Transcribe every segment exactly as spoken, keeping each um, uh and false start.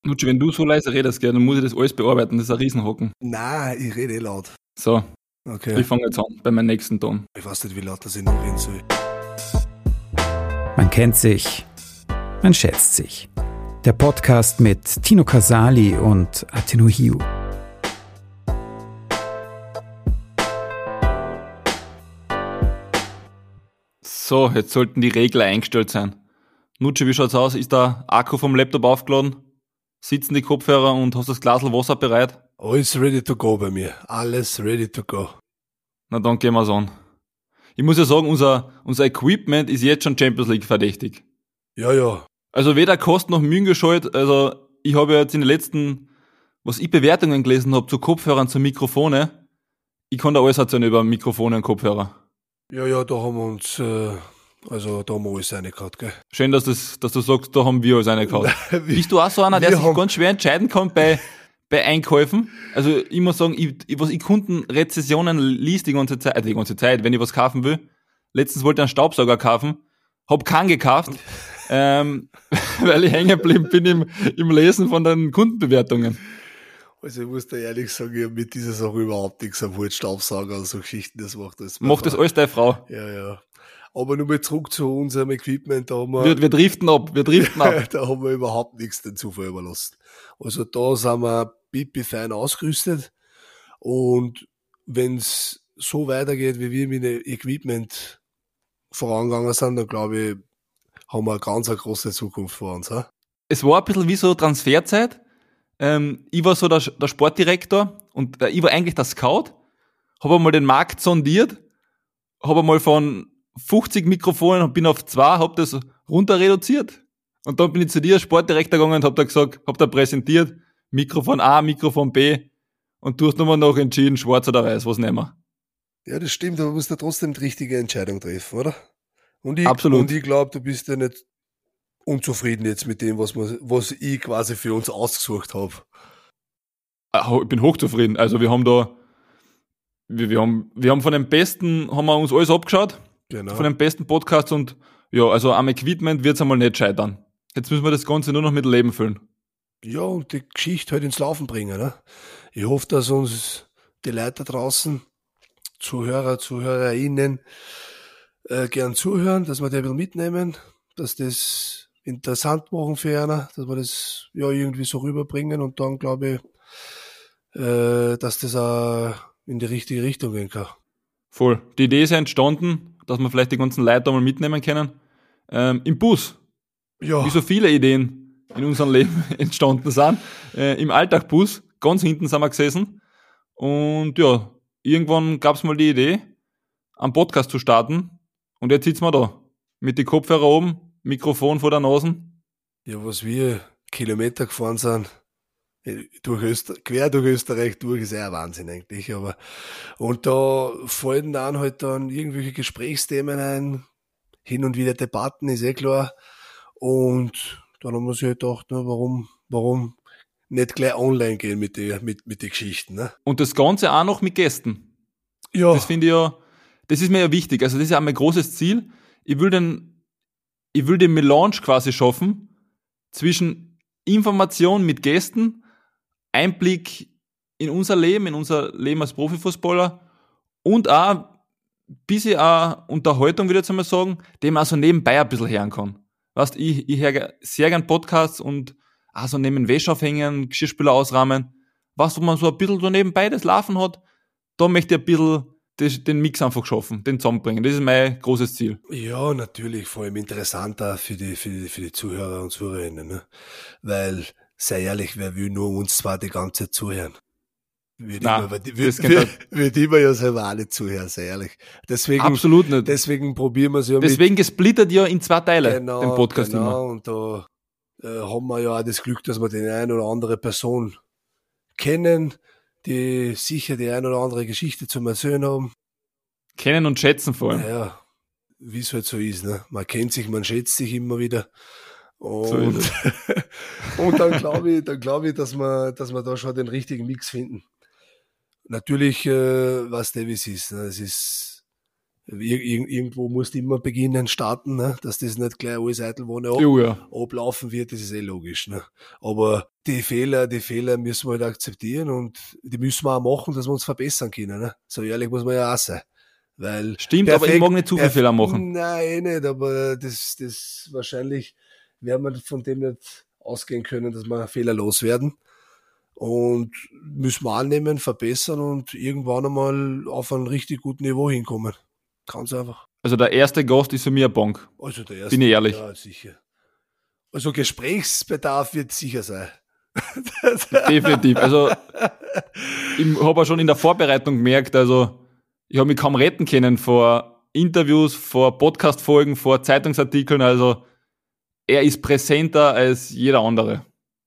Nutschi, wenn du so leise redest, gell, dann muss ich das alles bearbeiten, das ist ein Riesenhocken. Nein, ich rede eh laut. So, Okay. ich fange jetzt an bei meinem nächsten Ton. Ich weiß nicht, wie laut das ich noch reden soll. Man kennt sich, man schätzt sich. Der Podcast mit Tino Casali und Ateno Hiu. So, jetzt sollten die Regler eingestellt sein. Nutschi, wie schaut's aus? Ist der Akku vom Laptop aufgeladen? Sitzen die Kopfhörer und hast das Glasl Wasser bereit? Alles ready to go bei mir. Alles ready to go. Na dann gehen wir's an. Ich muss ja sagen, unser, unser Equipment ist jetzt schon Champions League verdächtig. Ja, ja. Also weder Kosten noch Mühen gescheut. Also ich habe ja jetzt in den letzten, was ich Bewertungen gelesen habe, zu Kopfhörern, zu Mikrofone, ich kann da alles erzählen über Mikrofone und Kopfhörer. Ja, ja, da haben wir uns, äh, also da haben wir alles reingehauen, gell? Schön, dass, das, dass du sagst, da haben wir alles reingehauen. Bist du auch so einer, der wir sich haben- ganz schwer entscheiden kann bei, bei Einkäufen? Also ich muss sagen, ich, ich, was ich Kundenrezessionen liest die ganze Zeit, äh, die ganze Zeit, wenn ich was kaufen will. Letztens wollte ich einen Staubsauger kaufen, hab keinen gekauft, ähm, weil ich hängen geblieben bin im, im Lesen von den Kundenbewertungen. Also ich muss dir ehrlich sagen, ich habe mit dieser Sache überhaupt nichts am Hut, Staubsauger und so Geschichten, das macht das. Macht das alles deine Frau. Ja, ja. Aber nur mal zurück zu unserem Equipment, da haben wir, Wir, wir driften ab, wir driften ab. da haben wir überhaupt nichts den Zufall überlassen. Also da sind wir pipi fein ausgerüstet und wenn's so weitergeht, wie wir mit dem Equipment vorangegangen sind, dann glaube ich, haben wir eine ganz eine große Zukunft vor uns. He? Es war ein bisschen wie so Transferzeit. Ähm, ich war so der, der Sportdirektor und äh, ich war eigentlich der Scout. Habe einmal den Markt sondiert, habe einmal von fünfzig Mikrofonen und bin auf zwei, habe das runter reduziert. Und dann bin ich zu dir als Sportdirektor gegangen und habe da gesagt, habe da präsentiert, Mikrofon A, Mikrofon B, und du hast nochmal noch entschieden, schwarz oder weiß, was nehmen wir. Ja, das stimmt, aber du musst ja trotzdem die richtige Entscheidung treffen, oder? Und ich, Absolut. Und ich glaube, du bist ja nicht unzufrieden jetzt mit dem, was, man, was ich quasi für uns ausgesucht habe. Ich bin hochzufrieden. Also wir haben da, wir, wir haben, wir haben von den besten, haben wir uns alles abgeschaut, Genau. von den besten Podcasts, und ja, also am Equipment wird's einmal nicht scheitern. Jetzt müssen wir das Ganze nur noch mit Leben füllen. Ja, und die Geschichte halt ins Laufen bringen. Ne? Ich hoffe, dass uns die Leute da draußen, Zuhörer, ZuhörerInnen, äh, gern zuhören, dass wir die ein bisschen mitnehmen, dass das interessant machen für einer, dass wir das ja irgendwie so rüberbringen, und dann glaube ich, äh, dass das auch in die richtige Richtung gehen kann. Voll. Die Idee ist ja entstanden, dass wir vielleicht die ganzen Leute da mal mitnehmen können. Ähm, Im Bus. Ja, Wie so viele Ideen in unserem Leben entstanden sind. Äh, Im Alltagbus. Ganz hinten sind wir gesessen. Und ja, irgendwann gab's mal die Idee, einen Podcast zu starten. Und jetzt sitzen wir da. Mit den Kopfhörer oben, Mikrofon vor der Nase. ja, was wir Kilometer gefahren sind, durch Öster- quer durch Österreich durch, ist ja ein Wahnsinn eigentlich, aber, und da fallen dann halt dann irgendwelche Gesprächsthemen ein, hin und wieder Debatten, ist eh klar, und dann haben wir sich halt gedacht, ne, warum, warum nicht gleich online gehen mit den, mit, mit den Geschichten, ne? Und das Ganze auch noch mit Gästen. Ja, Das finde ich ja, das ist mir ja wichtig. Also das ist ja auch mein großes Ziel. Ich will den, ich will den Melange quasi schaffen zwischen Information mit Gästen, Einblick in unser Leben, in unser Leben als Profifußballer, und auch ein bisschen auch Unterhaltung, würde ich jetzt einmal sagen, die man auch so nebenbei ein bisschen hören kann. Weißt, ich, ich höre sehr gern Podcasts und auch so neben Wäsche aufhängen, Geschirrspüler ausrahmen. Was, wo man so ein bisschen so nebenbei das Laufen hat, da möchte ich ein bisschen das, den Mix einfach schaffen, den zusammenbringen. Das ist mein großes Ziel. ja, natürlich, vor allem interessanter für die, für die, für die Zuhörer und Zuhörerinnen, ne? Weil, sei ehrlich, wer will nur uns zwar die ganze Zeit zuhören? Würde Nein, immer, das würd, kann würd, würd immer ja selber auch nicht zuhören, sei ehrlich. Deswegen, Absolut nicht. deswegen probieren wir es ja Deswegen gesplittert ja in zwei Teile, genau, den Podcast genau, immer. und da äh, haben wir ja auch das Glück, dass wir die eine oder andere Person kennen, die sicher die eine oder andere Geschichte zum Erzählen haben. Kennen und schätzen vor allem. Naja, wie es halt so ist, ne? Man kennt sich, man schätzt sich immer wieder. Und, So ist und dann glaube ich, dann glaube ich, dass wir, dass wir da schon den richtigen Mix finden. Natürlich, äh, was Davis ist, ne? Es ist, Ir- irgendwo musst du immer beginnen, starten, ne? Dass das nicht gleich alles Eitelwohne ab, Jo, ja. ablaufen wird, das ist eh logisch. Ne? Aber die Fehler, die Fehler müssen wir halt akzeptieren und die müssen wir auch machen, dass wir uns verbessern können. Ne? So ehrlich muss man ja auch sein. Weil Stimmt, aber ich mag nicht zu viel Fehler machen. Nein, eh nicht, aber das, das wahrscheinlich werden wir von dem nicht ausgehen können, dass wir fehlerlos werden. Und müssen wir annehmen, verbessern und irgendwann einmal auf ein richtig gutes Niveau hinkommen. Ganz einfach. Also der erste Gast ist für mich eine Bank. Also der erste. Bin ich ehrlich. Ja, sicher. Also Gesprächsbedarf wird sicher sein. Definitiv. Also ich habe auch schon in der Vorbereitung gemerkt, also ich habe mich kaum retten können vor Interviews, vor Podcast-Folgen, vor Zeitungsartikeln. Also er ist präsenter als jeder andere.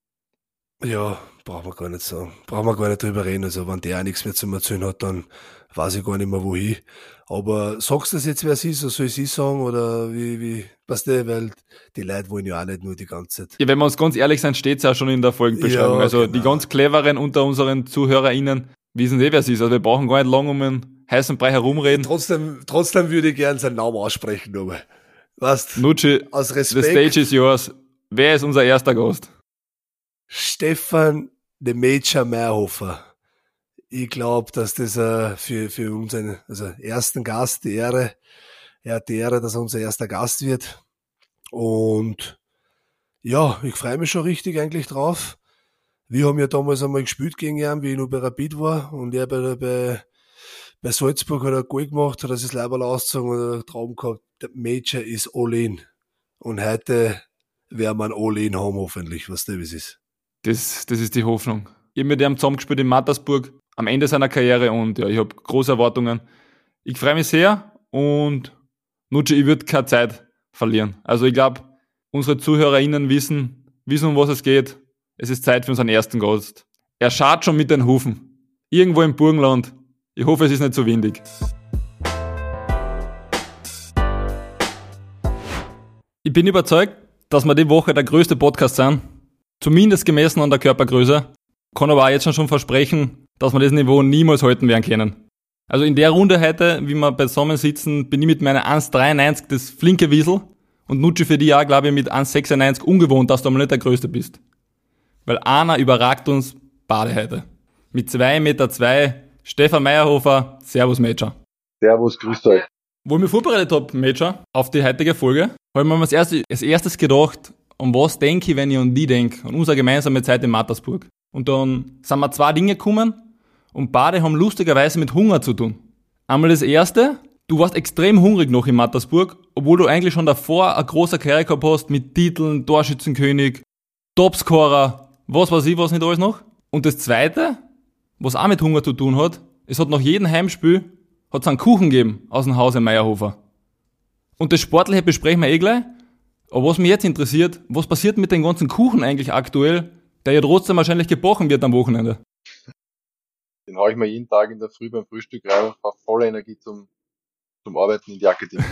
Ja, brauchen wir gar nicht sagen. Brauchen wir gar nicht drüber reden. Also wenn der auch nichts mehr zu erzählen hat, dann weiß ich gar nicht mehr wohin. Aber sagst du das jetzt, wer es ist, oder soll ich es sagen, oder wie, wie, weißt du, weil die Leute wollen ja auch nicht nur die ganze Zeit. Ja, wenn wir uns ganz ehrlich sind, steht es auch schon in der Folgenbeschreibung. Ja, also genau. die ganz Cleveren unter unseren ZuhörerInnen wissen eh, wer es ist. Also wir brauchen gar nicht lang um einen heißen Brei herumreden. Trotzdem, trotzdem würde ich gern seinen Namen aussprechen, aber. Weißt, Nutschi, aus the Respekt. stage is yours. Wer ist unser erster Gast? Stefan de Major Meyerhofer. Ich glaube, dass das äh, für, für unseren also ersten Gast die Ehre, er hat die Ehre, dass er unser erster Gast wird. Und ja, ich freue mich schon richtig eigentlich drauf. Wir haben ja damals einmal gespielt gegen ihn, wie ich noch bei Rapid war. Und er bei, bei, bei Salzburg hat er ein Goal gemacht, hat er das Leiberl ausgezogen und hat einen Traum gehabt. Der Major ist all-in. Und heute werden wir ein All-in haben, hoffentlich, was du, wie es ist. Das, das ist die Hoffnung. Ich habe mit ihm zusammengespielt in Mattersburg am Ende seiner Karriere und ja, ich habe große Erwartungen. Ich freue mich sehr und Nutschi, ich würde keine Zeit verlieren. Also ich glaube, unsere ZuhörerInnen wissen, wissen, um was es geht. Es ist Zeit für unseren ersten Gast. Er scharrt schon mit den Hufen. Irgendwo im Burgenland. Ich hoffe, es ist nicht zu windig. Ich bin überzeugt, dass wir die Woche der größte Podcast sind. Zumindest gemessen an der Körpergröße. Kann aber auch jetzt schon, schon versprechen, dass wir das Niveau niemals halten werden können. Also in der Runde heute, wie wir beisammen sitzen, bin ich mit meiner eins Komma dreiundneunzig das flinke Wiesel und Nutschi für dich auch, glaube ich, mit eins Komma sechsundneunzig ungewohnt, dass du einmal nicht der Größte bist. Weil einer überragt uns beide heute. Mit zwei Meter zwei, Stefan Meyerhofer, Servus Major. Servus, grüßt euch. Wo ich mich vorbereitet habe, Major, auf die heutige Folge, habe ich mir als erstes, als erstes gedacht, um was denke ich, wenn ich an die denke, an unsere gemeinsame Zeit in Mattersburg. Und dann sind mir zwei Dinge gekommen und beide haben lustigerweise mit Hunger zu tun. Einmal das erste, du warst extrem hungrig noch in Mattersburg, obwohl du eigentlich schon davor eine große Karriere gehabt hast mit Titeln, Torschützenkönig, Topscorer, was weiß ich, was nicht alles noch. Und das zweite, was auch mit Hunger zu tun hat, es hat nach jedem Heimspiel hat es einen Kuchen gegeben aus dem Hause Meyerhofer. Und das Sportliche besprechen wir eh gleich. Aber was mich jetzt interessiert, was passiert mit den ganzen Kuchen eigentlich aktuell, der ja trotzdem wahrscheinlich gebrochen wird am Wochenende? Den haue ich mir jeden Tag in der Früh beim Frühstück rein und fahre voller Energie zum, zum Arbeiten in die Akademie.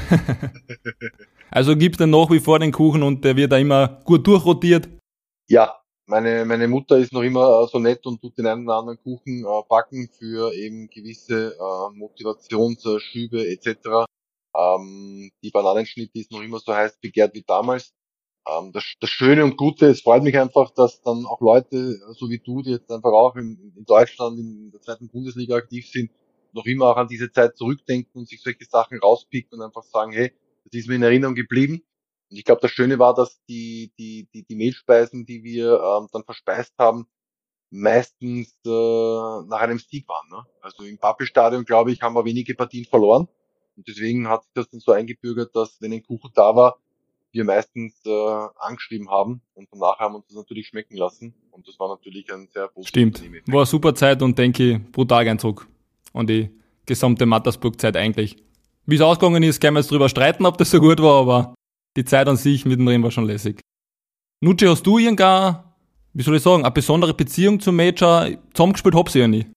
Also gibt's dann nach wie vor den Kuchen und der wird da immer gut durchrotiert? Ja, meine, meine Mutter ist noch immer so nett und tut den einen oder anderen Kuchen äh, backen für eben gewisse äh, Motivationsschübe et cetera. Ähm, die Bananenschnitte ist noch immer so heiß begehrt wie damals. Ähm, das, das Schöne und Gute, es freut mich einfach, dass dann auch Leute, so wie du, die jetzt einfach auch in, in Deutschland in der zweiten Bundesliga aktiv sind, noch immer auch an diese Zeit zurückdenken und sich solche Sachen rauspicken und einfach sagen, hey, das ist mir in Erinnerung geblieben. Und ich glaube, das Schöne war, dass die, die, die, die Mehlspeisen, die wir ähm, dann verspeist haben, meistens äh, nach einem Sieg waren. Ne? Also im Pappelstadion, glaube ich, haben wir wenige Partien verloren. Und deswegen hat sich das dann so eingebürgert, dass wenn ein Kuchen da war, wir meistens äh, angeschrieben haben und danach haben uns das natürlich schmecken lassen. Und das war natürlich ein sehr positives Stimmt, Nebeneffekt. war eine super Zeit und denke ich, brutal gern zurück an die gesamte Mattersburg-Zeit eigentlich. Wie es ausgegangen ist, können wir jetzt drüber streiten, ob das so gut war, aber die Zeit an sich mittendrin war schon lässig. Nutschi, hast du irgendeine, wie soll ich sagen, eine besondere Beziehung zum Major? Zusammengespielt hab's ja nie.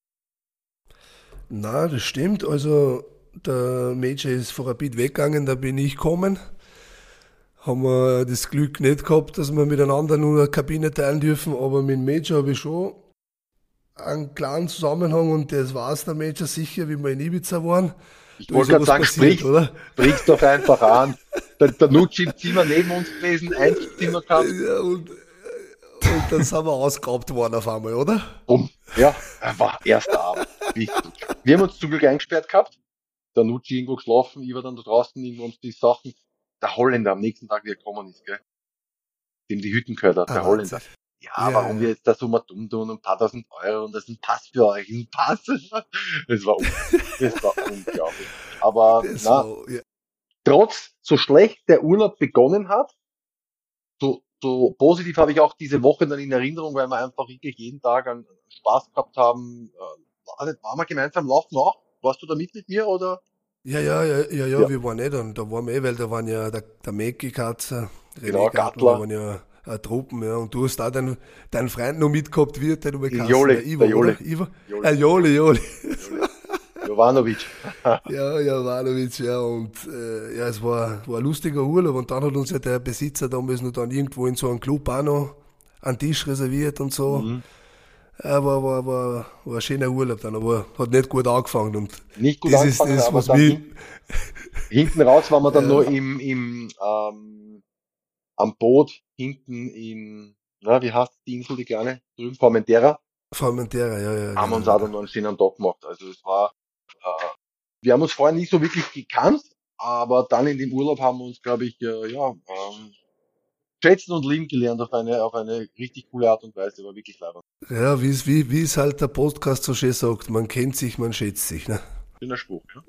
Na, das stimmt. Also der Major ist von Rapid weggegangen, da bin ich gekommen. Haben wir das Glück nicht gehabt, dass wir miteinander nur eine Kabine teilen dürfen, aber mit dem Major habe ich schon einen klaren Zusammenhang und das war es der Major sicher, wie wir in Ibiza waren. Ich Da ist wollte ja gerade was sagen, passiert, sprich's, oder? sprich's doch einfach an. Der, der Nutschi im Zimmer neben uns gewesen, Einzelzimmer gehabt. Ja, und, und dann sind wir ausgeraubt worden auf einmal, oder? Bumm. Ja, war erster Abend. Richtig. Wir haben uns zum Glück eingesperrt gehabt. Der Nutschi irgendwo geschlafen, ich war dann da draußen irgendwo um die Sachen. Der Holländer am nächsten Tag, wie er gekommen ist, gell? Dem die Hütten gehört hat, Ah, der Wahnsinn. Holländer. Ja, Ja, warum wir ja. jetzt da so mal dumm tun und ein paar tausend Euro und das ist ein Pass für euch, ein Pass. Das war, un- das war unglaublich. Aber Das na, war, ja. trotz so schlecht der Urlaub begonnen hat, so, so positiv habe ich auch diese Woche dann in Erinnerung, weil wir einfach wirklich jeden Tag einen Spaß gehabt haben. Äh, war nicht- waren wir gemeinsam laufen auch? Warst du da mit mit mir oder? Ja, ja, ja, ja, ja, Ja, wir waren eh dann, da waren wir eh, weil da waren ja der, der Mäki Katzer, René genau, Gartl, da Gattler, waren ja äh, Truppen, ja, und du hast da deinen, deinen Freund noch mitgehabt, wie hat der nochmal den geheißen, der Jole, Ivo, der Jole, oder? Ivo? Jole, Äh, Joli, Joli. Jole, Jovanovic. Ja, Jovanovic, ja, und äh, ja, es war, war ein lustiger Urlaub und dann hat uns ja der Besitzer damals noch dann irgendwo in so einem Club auch noch einen Tisch reserviert und so. Mhm. Ja, war, war, war, war ein schöner Urlaub dann, aber hat nicht gut angefangen und Nicht gut das ist angefangen, das, aber was dann mich, hin, hinten raus waren wir dann ja, nur im, im ähm, am Boot, hinten in, na, wie heißt die Insel, die kleine, drüben Formentera, Formentera, ja, ja, haben wir genau, uns auch genau. dann noch einen schönen Tag gemacht. Also es war, äh, wir haben uns vorher nicht so wirklich gekannt, aber dann in dem Urlaub haben wir uns, glaube ich, äh, ja, ähm, schätzen und lieben gelernt auf eine, auf eine richtig coole Art und Weise, war wirklich leider. Ja, wie es wie, wie es halt der Podcast so schön sagt, man kennt sich, man schätzt sich. Ne? Schöner Spruch, ja.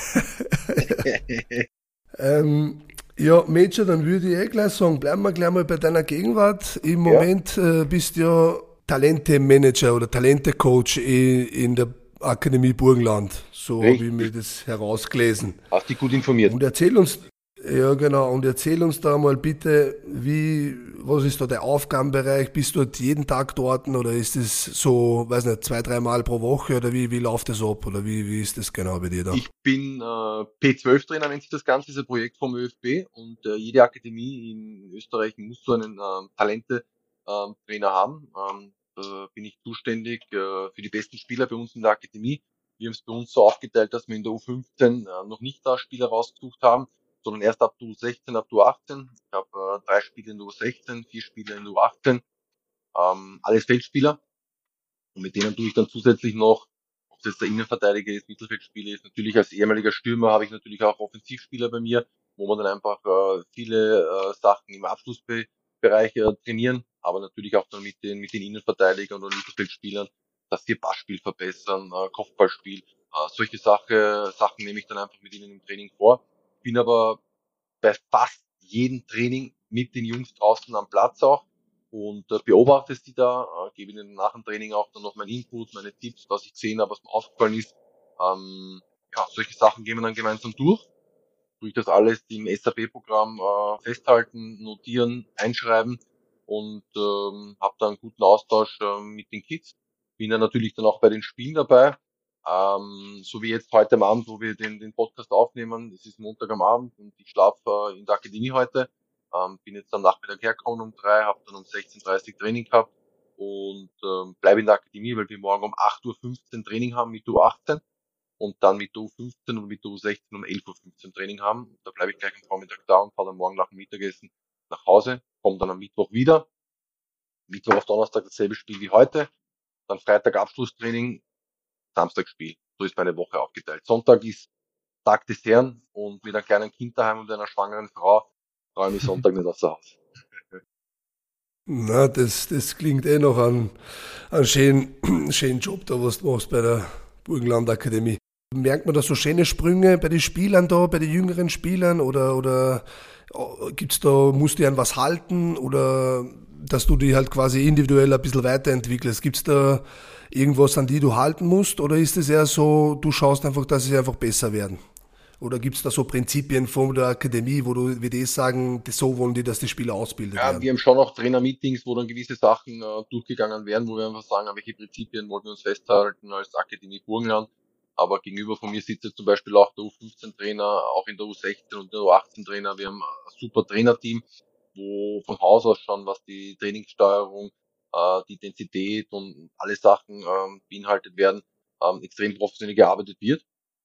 Ähm, ja, Major, dann würde ich eh gleich sagen, bleiben wir gleich mal bei deiner Gegenwart. Im Ja, Moment äh, bist du ja Talente-Manager oder Talente-Coach i- in der Akademie Burgenland. So habe ich mir richtig. das herausgelesen. Hast dich gut informiert. Und erzähl uns, ja genau, und erzähl uns da mal bitte, wie, was ist da der Aufgabenbereich? Bist du dort jeden Tag dort oder ist es so, weiß nicht, zwei, dreimal pro Woche oder wie, wie läuft das ab oder wie, wie ist das genau bei dir da? Ich bin äh, P zwölf Trainer, nennt sich das Ganze, ist ein Projekt vom ÖFB und äh, jede Akademie in Österreich muss so einen ähm, Talente-Trainer haben. Ähm, da bin ich zuständig äh, für die besten Spieler bei uns in der Akademie. Wir haben es bei uns so aufgeteilt, dass wir in der U fünfzehn äh, noch nicht da Spieler rausgesucht haben, sondern erst ab der U sechzehn, ab der U achtzehn. Ich habe äh, drei Spiele in der U sechzehn, vier Spiele in der U achtzehn, ähm, alles Feldspieler. Und mit denen tue ich dann zusätzlich noch, ob das der Innenverteidiger ist, Mittelfeldspieler ist, natürlich als ehemaliger Stürmer habe ich natürlich auch Offensivspieler bei mir, wo man dann einfach äh, viele äh, Sachen im Abschlussbereich äh, trainieren, aber natürlich auch dann mit den, mit den Innenverteidigern oder Mittelfeldspielern, dass sie Passspiel verbessern, äh, Kopfballspiel, äh, solche Sache, Sachen nehme ich dann einfach mit ihnen im Training vor. Bin aber bei fast jedem Training mit den Jungs draußen am Platz auch und äh, beobachte sie da, äh, gebe ihnen nach dem Training auch dann noch meinen Input, meine Tipps, was ich gesehen habe, was mir aufgefallen ist. Ähm, ja, solche Sachen gehen wir dann gemeinsam durch. Durch das alles im S A P-Programm äh, festhalten, notieren, einschreiben und ähm, habe da einen guten Austausch äh, mit den Kids. Bin dann natürlich dann auch bei den Spielen dabei. Ähm, so wie jetzt heute am Abend, wo wir den, den Podcast aufnehmen. Es ist Montag am Abend und ich schlafe äh, in der Akademie heute. Ähm, bin jetzt am Nachmittag hergekommen um drei, habe dann um sechzehn Uhr dreißig Training gehabt und ähm, bleibe in der Akademie, weil wir morgen um acht Uhr fünfzehn Training haben mit U achtzehn und dann mit der U fünfzehn und mit der U sechzehn um elf Uhr fünfzehn Training haben. Da bleibe ich gleich am Vormittag da und fahre dann morgen nach dem Mittagessen nach Hause, komme dann am Mittwoch wieder. Mittwoch auf Donnerstag dasselbe Spiel wie heute. Dann Freitag Abschlusstraining, Samstag Spiel. So ist meine Woche aufgeteilt. Sonntag ist Tag des Herrn und mit einem kleinen Kind daheim und einer schwangeren Frau freue ich mich Sonntag nicht aus Haus. Na, das, das klingt eh noch an einen schönen, schönen Job da, was du machst bei der Burgenland Akademie. Merkt man da so schöne Sprünge bei den Spielern da, bei den jüngeren Spielern oder, oder oh, gibt's da, musst du an was halten oder dass du die halt quasi individuell ein bisschen weiterentwickelst? Gibt's da irgendwas, an die du halten musst oder ist es eher so, du schaust einfach, dass sie einfach besser werden? Oder gibt's da so Prinzipien von der Akademie, wo du, wie die sagen, so wollen die, dass die Spieler ausgebildet Ja, werden? wir haben schon auch Trainer-Meetings, wo dann gewisse Sachen äh, durchgegangen werden, wo wir einfach sagen, an welche Prinzipien wollen wir uns festhalten als Akademie Burgenland. Aber gegenüber von mir sitzt jetzt zum Beispiel auch der U fünfzehn Trainer, auch in der U sechzehn und der U achtzehn Trainer. Wir haben ein super Trainerteam, wo von Haus aus schon, was die Trainingssteuerung, äh, die Intensität und alle Sachen ähm, beinhaltet werden, ähm, extrem professionell gearbeitet wird.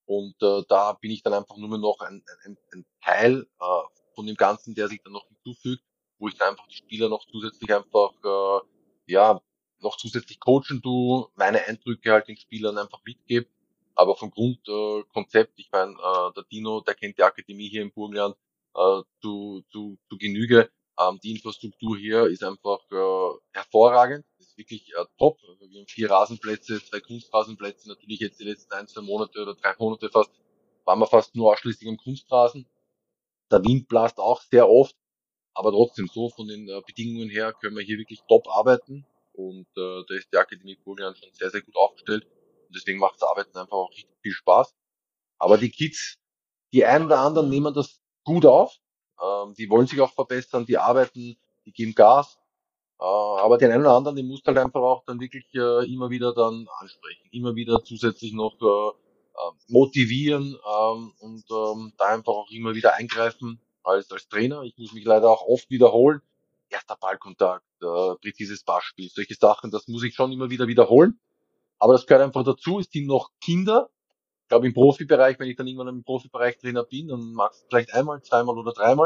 Und äh, da bin ich dann einfach nur mehr noch ein, ein, ein Teil äh, von dem Ganzen, der sich dann noch hinzufügt, wo ich dann einfach die Spieler noch zusätzlich einfach, äh, ja, noch zusätzlich coachen tue, meine Eindrücke halt den Spielern einfach mitgebe. Aber vom Grundkonzept, äh, Konzept, ich meine, äh, der Dino, der kennt die Akademie hier im Burgenland äh, zu, zu, zu Genüge. Ähm, die Infrastruktur hier ist einfach äh, hervorragend, ist wirklich äh, top. Also wir haben vier Rasenplätze, zwei Kunstrasenplätze, natürlich jetzt die letzten ein, zwei Monate oder drei Monate fast, waren wir fast nur ausschließlich im Kunstrasen. Der Wind blast auch sehr oft, aber trotzdem so von den äh, Bedingungen her können wir hier wirklich top arbeiten und äh, da ist die Akademie Burgenland schon sehr, sehr gut aufgestellt und deswegen macht das Arbeiten einfach auch richtig viel Spaß. Aber die Kids, die einen oder anderen nehmen das gut auf, ähm, die wollen sich auch verbessern, die arbeiten, die geben Gas, äh, aber den einen oder anderen, den musst du halt einfach auch dann wirklich äh, immer wieder dann ansprechen, immer wieder zusätzlich noch äh, äh, motivieren ähm, und ähm, da einfach auch immer wieder eingreifen als, als Trainer. Ich muss mich leider auch oft wiederholen. Erster Ballkontakt, äh, präzises Passspiel, solche Sachen, das muss ich schon immer wieder wiederholen. Aber das gehört einfach dazu. Es sind noch Kinder. Ich glaube, im Profibereich, wenn ich dann irgendwann im Profibereich Trainer bin, dann machst du vielleicht einmal, zweimal oder dreimal.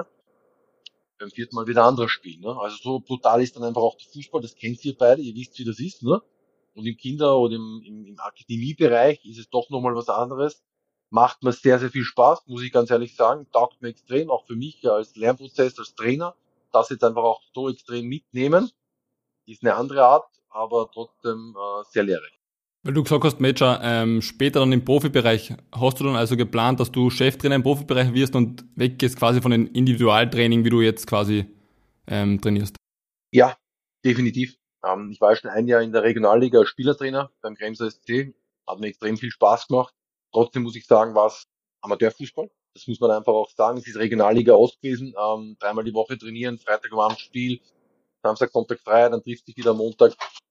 Beim vierten Mal wieder ein anderes Spiel. Ne? Also so brutal ist dann einfach auch der Fußball, das kennt ihr beide, ihr wisst, wie das ist. Ne? Und im Kinder- oder im, im, im Akademiebereich ist es doch nochmal was anderes. Macht mir sehr, sehr viel Spaß, muss ich ganz ehrlich sagen. Taugt mir extrem, auch für mich als Lernprozess, als Trainer. Das jetzt einfach auch so extrem mitnehmen, ist eine andere Art, aber trotzdem äh, sehr lehrreich. Weil du gesagt hast, Major, ähm, später dann im Profibereich, hast du dann also geplant, dass du Cheftrainer im Profibereich wirst und weggehst quasi von dem Individualtraining, wie du jetzt quasi ähm, trainierst? Ja, definitiv. Ähm, ich war schon ein Jahr in der Regionalliga als Spielertrainer beim Kremser S C. Hat mir extrem viel Spaß gemacht. Trotzdem muss ich sagen, war es Amateurfußball. Das muss man einfach auch sagen. Es ist Regionalliga Ost gewesen. Ähm, dreimal die Woche trainieren, Freitag am Abend Spiel, Samstag, Sonntag frei, dann trifft sich wieder am Montag.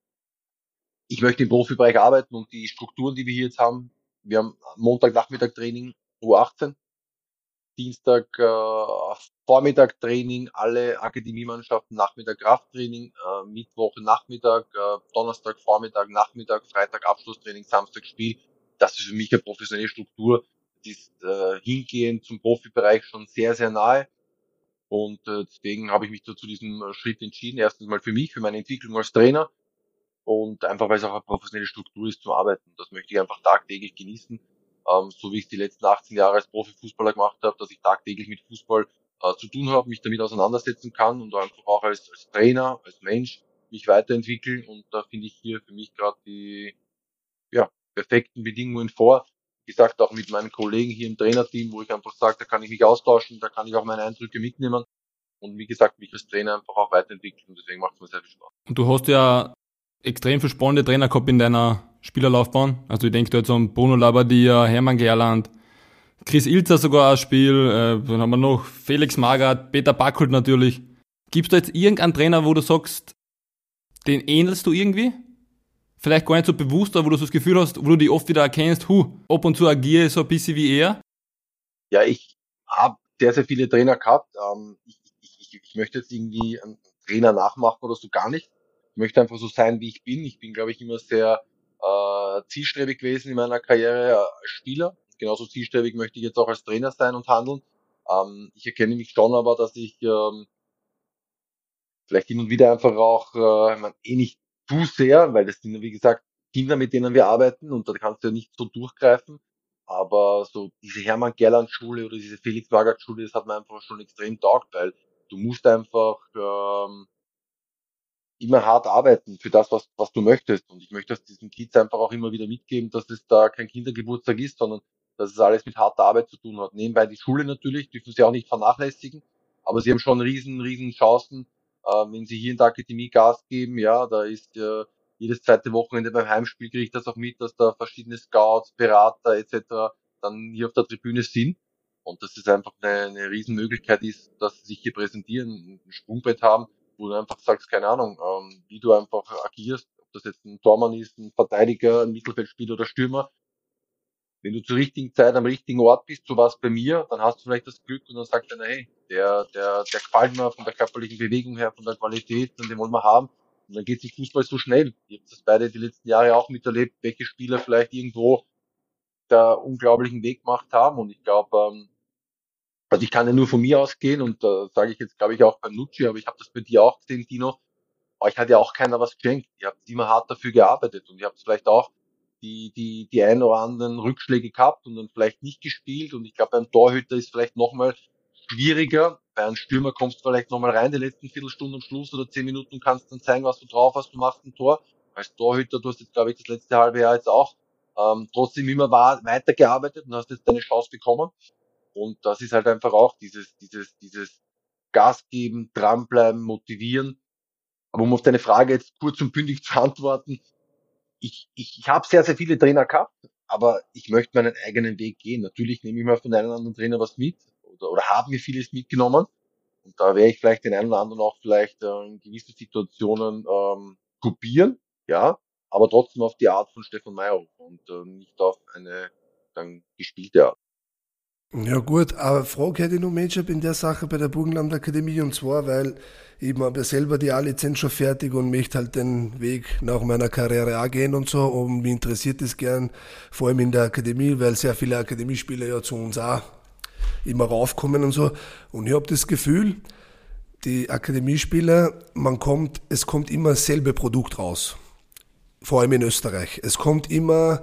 Ich möchte im Profibereich arbeiten und die Strukturen, die wir hier jetzt haben, wir haben Montagnachmittag Training U achtzehn, Dienstag äh, Vormittag Training, alle Akademiemannschaften, Nachmittag Krafttraining, äh, Mittwoch Nachmittag, äh, Donnerstag Vormittag, Nachmittag, Freitag Abschlusstraining, Samstag Spiel. Das ist für mich eine professionelle Struktur. Das ist äh, hingehend zum Profibereich schon sehr, sehr nahe. Und äh, deswegen habe ich mich da zu diesem äh, Schritt entschieden. Erstens mal für mich, für meine Entwicklung als Trainer und einfach, weil es auch eine professionelle Struktur ist zum Arbeiten. Das möchte ich einfach tagtäglich genießen, ähm, so wie ich es die letzten achtzehn Jahre als Profifußballer gemacht habe, dass ich tagtäglich mit Fußball äh, zu tun habe, mich damit auseinandersetzen kann und einfach auch als, als Trainer, als Mensch mich weiterentwickeln. Und da finde ich hier für mich gerade die ja, perfekten Bedingungen vor. Wie gesagt, auch mit meinen Kollegen hier im Trainerteam, wo ich einfach sage, da kann ich mich austauschen, da kann ich auch meine Eindrücke mitnehmen und wie gesagt, mich als Trainer einfach auch weiterentwickeln. Und deswegen macht es mir sehr viel Spaß. Und du hast ja extrem viele spannende Trainer gehabt in deiner Spielerlaufbahn. Also ich denke da jetzt an Bruno Labbadia, Hermann Gerland, Chris Ilzer sogar ein Spiel, äh, dann haben wir noch Felix Magath, Peter Backholt natürlich. Gibt's da jetzt irgendeinen Trainer, wo du sagst, den ähnelst du irgendwie? Vielleicht gar nicht so bewusst, aber wo du so das Gefühl hast, wo du dich oft wieder erkennst, hu, ab und zu agiere ich so ein bisschen wie er? Ja, ich habe sehr, sehr viele Trainer gehabt. Ähm, ich, ich, ich, ich möchte jetzt irgendwie einen Trainer nachmachen oder so gar nicht. Ich möchte einfach so sein, wie ich bin. Ich bin, glaube ich, immer sehr äh, zielstrebig gewesen in meiner Karriere äh, als Spieler. Genauso zielstrebig möchte ich jetzt auch als Trainer sein und handeln. Ähm, ich erkenne mich schon aber, dass ich ähm, vielleicht hin und wieder einfach auch, äh, ich mein, eh nicht zu sehr, weil das sind ja wie gesagt Kinder, mit denen wir arbeiten und da kannst du ja nicht so durchgreifen. Aber so diese Hermann Gerland Schule oder diese Felix Magath Schule, das hat mir einfach schon extrem taugt, weil du musst einfach ähm, immer hart arbeiten für das, was, was du möchtest. Und ich möchte das diesen Kids einfach auch immer wieder mitgeben, dass es da kein Kindergeburtstag ist, sondern dass es alles mit harter Arbeit zu tun hat. Nebenbei die Schule natürlich, dürfen sie auch nicht vernachlässigen, aber sie haben schon riesen, riesen Chancen, äh, wenn sie hier in der Akademie Gas geben. Ja, da ist äh, jedes zweite Wochenende beim Heimspiel kriege ich das auch mit, dass da verschiedene Scouts, Berater et cetera dann hier auf der Tribüne sind. Und dass es einfach eine, eine Riesenmöglichkeit ist, dass sie sich hier präsentieren, ein Sprungbrett haben, wo du einfach sagst, keine Ahnung, ähm, wie du einfach agierst, ob das jetzt ein Tormann ist, ein Verteidiger, ein Mittelfeldspieler oder Stürmer. Wenn du zur richtigen Zeit am richtigen Ort bist, so war es bei mir, dann hast du vielleicht das Glück und dann sagt einer, hey, der, der, der gefällt mir von der körperlichen Bewegung her, von der Qualität und den wollen wir haben. Und dann geht sich Fußball so schnell. Ihr habt das beide die letzten Jahre auch miterlebt, welche Spieler vielleicht irgendwo da unglaublichen Weg gemacht haben. Und ich glaube, ähm, also ich kann ja nur von mir ausgehen und da sage ich jetzt, glaube ich, auch beim Nucci, aber ich habe das bei dir auch gesehen, Tino. Euch hat ja auch keiner was geschenkt. Ihr habt immer hart dafür gearbeitet und ihr habt vielleicht auch die, die, die ein oder anderen Rückschläge gehabt und dann vielleicht nicht gespielt. Und ich glaube, beim Torhüter ist vielleicht nochmal schwieriger. Bei einem Stürmer kommst du vielleicht nochmal rein, die letzten Viertelstunden am Schluss oder zehn Minuten kannst dann zeigen, was du drauf hast, du machst ein Tor. Als Torhüter, du hast jetzt, glaube ich, das letzte halbe Jahr jetzt auch ähm, trotzdem immer war, weitergearbeitet und hast jetzt deine Chance bekommen. Und das ist halt einfach auch dieses, dieses, dieses Gas geben, dranbleiben, motivieren. Aber um auf deine Frage jetzt kurz und bündig zu antworten, ich, ich, ich habe sehr, sehr viele Trainer gehabt, aber ich möchte meinen eigenen Weg gehen. Natürlich nehme ich mir von einem oder anderen Trainer was mit oder, oder habe mir vieles mitgenommen. Und da werde ich vielleicht den einen oder anderen auch vielleicht äh, in gewissen Situationen ähm, kopieren, ja, aber trotzdem auf die Art von Stefan Meyerhoff und äh, nicht auf eine dann gespielte Art. Ja gut, aber Frage hätte ich noch Matchup in der Sache bei der Burgenland Akademie und zwar, weil ich habe ja selber die A-Lizenz schon fertig und möchte halt den Weg nach meiner Karriere auch gehen und so und mich interessiert es gern, vor allem in der Akademie, weil sehr viele Akademiespieler ja zu uns auch immer raufkommen und so und ich habe das Gefühl, die Akademiespieler, man kommt, es kommt immer dasselbe Produkt raus, vor allem in Österreich. Es kommt immer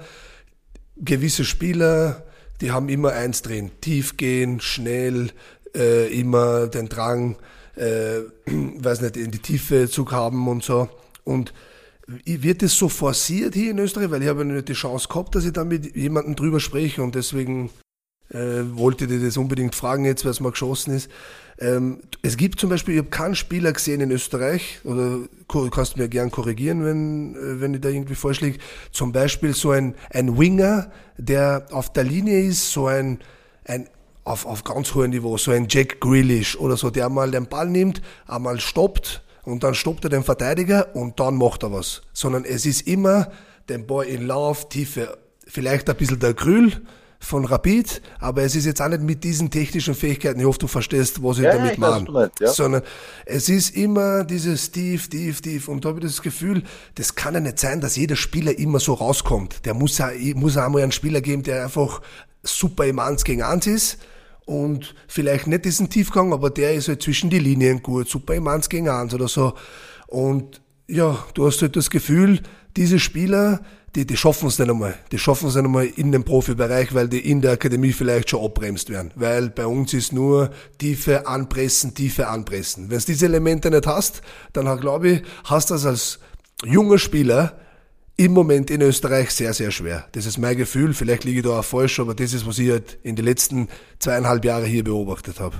gewisse Spieler, die haben immer eins drin, tief gehen, schnell, äh, immer den Drang, äh, weiß nicht, in die Tiefe zu haben und so. Und wird es so forciert hier in Österreich, weil ich habe nicht die Chance gehabt, dass ich da mit jemandem drüber spreche und deswegen äh, wollte ich das unbedingt fragen jetzt, weil es mal geschossen ist. Ähm, es gibt zum Beispiel, ich habe keinen Spieler gesehen in Österreich, oder du kannst mir gern korrigieren, wenn, äh, wenn ich da irgendwie falsch liege, zum Beispiel so ein, ein Winger, der auf der Linie ist, so ein, ein auf, auf ganz hohem Niveau, so ein Jack Grealish oder so, der mal den Ball nimmt, einmal stoppt und dann stoppt er den Verteidiger und dann macht er was. Sondern es ist immer den Ball in Lauf, Tiefe, vielleicht ein bisschen der Grül von Rapid, aber es ist jetzt auch nicht mit diesen technischen Fähigkeiten, ich hoffe, du verstehst, was ich Ja, ja, damit ich weiß, was meine, du meinst, ja. sondern es ist immer dieses tief, tief, tief und da habe ich das Gefühl, das kann ja nicht sein, dass jeder Spieler immer so rauskommt. Der muss ja, muss ja einmal einen Spieler geben, der einfach super im eins gegen eins ist und vielleicht nicht diesen Tiefgang, aber der ist halt zwischen die Linien gut, super im eins gegen eins oder so und ja, du hast halt das Gefühl, diese Spieler, die, die schaffen es nicht einmal. Die schaffen es nicht einmal in dem Profibereich, weil die in der Akademie vielleicht schon abbremst werden. Weil bei uns ist nur Tiefe anpressen, Tiefe anpressen. Wenn du diese Elemente nicht hast, dann glaube ich, hast du das als junger Spieler im Moment in Österreich sehr, sehr schwer. Das ist mein Gefühl. Vielleicht liege ich da auch falsch, aber das ist, was ich halt in den letzten zweieinhalb Jahren hier beobachtet habe.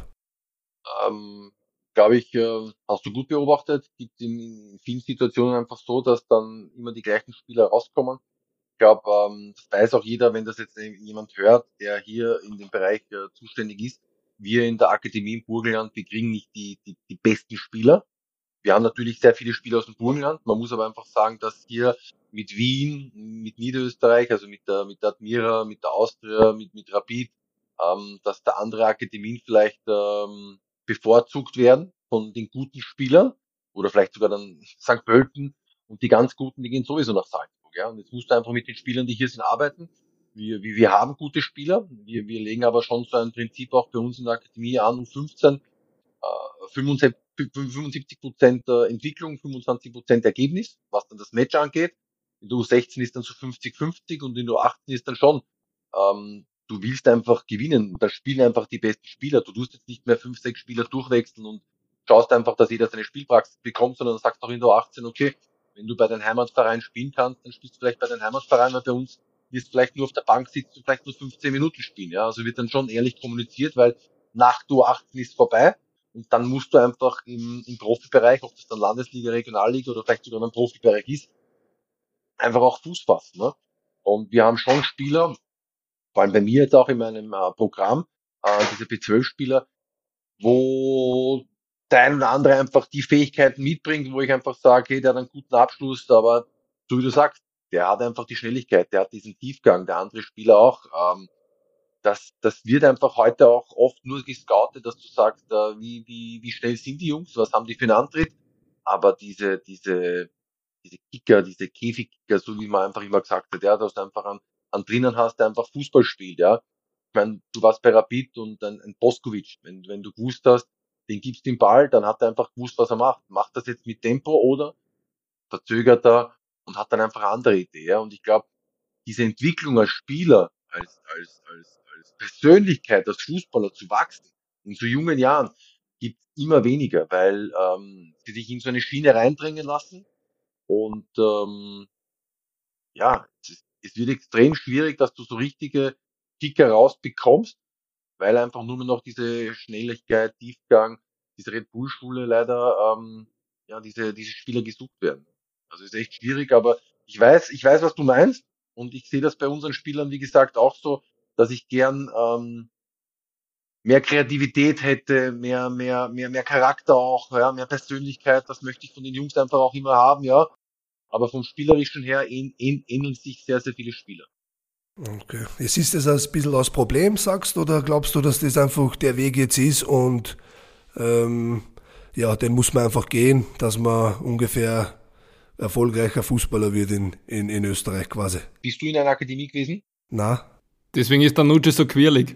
Ähm, glaube ich, äh, hast du gut beobachtet. Gibt in, in vielen Situationen einfach so, dass dann immer die gleichen Spieler rauskommen. Ich glaube, ähm, das weiß auch jeder, wenn das jetzt jemand hört, der hier in dem Bereich äh, zuständig ist. Wir in der Akademie im Burgenland, wir kriegen nicht die, die, die besten Spieler. Wir haben natürlich sehr viele Spieler aus dem Burgenland. Man muss aber einfach sagen, dass hier mit Wien, mit Niederösterreich, also mit der, mit der Admira, mit der Austria, mit, mit Rapid, ähm, dass da andere Akademien vielleicht ähm, bevorzugt werden von den guten Spielern oder vielleicht sogar dann Sankt Pölten und die ganz Guten, die gehen sowieso nach Salzburg. Ja? Und jetzt musst du einfach mit den Spielern, die hier sind, arbeiten. Wir, wir, wir haben gute Spieler. Wir, wir legen aber schon so ein Prinzip auch bei uns in der Akademie an, um fünfzehn fünfundsiebzig Prozent Entwicklung, fünfundzwanzig Prozent Ergebnis, was dann das Match angeht. In der U sechzehn ist dann so fünfzig fünfzig und in der U achtzehn ist dann schon, ähm, du willst einfach gewinnen. Da spielen einfach die besten Spieler. Du tust jetzt nicht mehr fünf, sechs Spieler durchwechseln und schaust einfach, dass jeder seine Spielpraxis bekommt, sondern sagst auch in der U achtzehn, okay, wenn du bei deinem Heimatverein spielen kannst, dann spielst du vielleicht bei deinem Heimatverein, weil bei uns wirst du vielleicht nur auf der Bank sitzen und vielleicht nur fünfzehn Minuten spielen. Ja, also wird dann schon ehrlich kommuniziert, weil nach der U achtzehn ist vorbei. Und dann musst du einfach im, im Profibereich, ob das dann Landesliga, Regionalliga oder vielleicht sogar ein Profibereich ist, einfach auch Fuß fassen. Ne? Und wir haben schon Spieler, vor allem bei mir jetzt auch in meinem äh, Programm, äh, diese B zwölf Spieler, wo der ein oder andere einfach die Fähigkeiten mitbringt, wo ich einfach sage, hey, der hat einen guten Abschluss, aber so wie du sagst, der hat einfach die Schnelligkeit, der hat diesen Tiefgang, der andere Spieler auch. Ähm, das, das wird einfach heute auch oft nur gescoutet, dass du sagst, äh, wie, wie, wie schnell sind die Jungs, was haben die für einen Antritt, aber diese, diese, diese Kicker, diese Käfigkicker, so wie man einfach immer gesagt hat, ja, du hast einfach einen, an drinnen hast, der einfach Fußball spielt, ja. Ich meine, du warst bei Rapid und ein, ein Boskovic, wenn, wenn du gewusst hast, den gibst den Ball, dann hat er einfach gewusst, was er macht. Macht das jetzt mit Tempo oder verzögert er und hat dann einfach eine andere Idee, ja. Und ich glaube, diese Entwicklung als Spieler, als, als, als, als Persönlichkeit, als Fußballer zu wachsen, in so jungen Jahren, gibt immer weniger, weil ähm, sie sich in so eine Schiene reindrängen lassen und ähm, ja, es, ist, es wird extrem schwierig, dass du so richtige Kicker rausbekommst, weil einfach nur mehr noch diese Schnelligkeit, Tiefgang, diese Red Bull-Schule leider, ähm, ja, diese, diese Spieler gesucht werden. Also ist echt schwierig, aber ich weiß, ich weiß, was du meinst und ich sehe das bei unseren Spielern, wie gesagt, auch so, dass ich gern ähm, mehr Kreativität hätte, mehr, mehr, mehr, mehr Charakter auch, ja, mehr Persönlichkeit, das möchte ich von den Jungs einfach auch immer haben, ja. Aber vom Spielerischen her ähn, ähn, ähneln sich sehr, sehr viele Spieler. Okay. Siehst du das als ein bisschen als Problem, sagst du, oder glaubst du, dass das einfach der Weg jetzt ist und ähm, ja, den muss man einfach gehen, dass man ungefähr erfolgreicher Fußballer wird in, in, in Österreich quasi? Bist du in einer Akademie gewesen? Na? Deswegen ist der Nutsche so quirlig.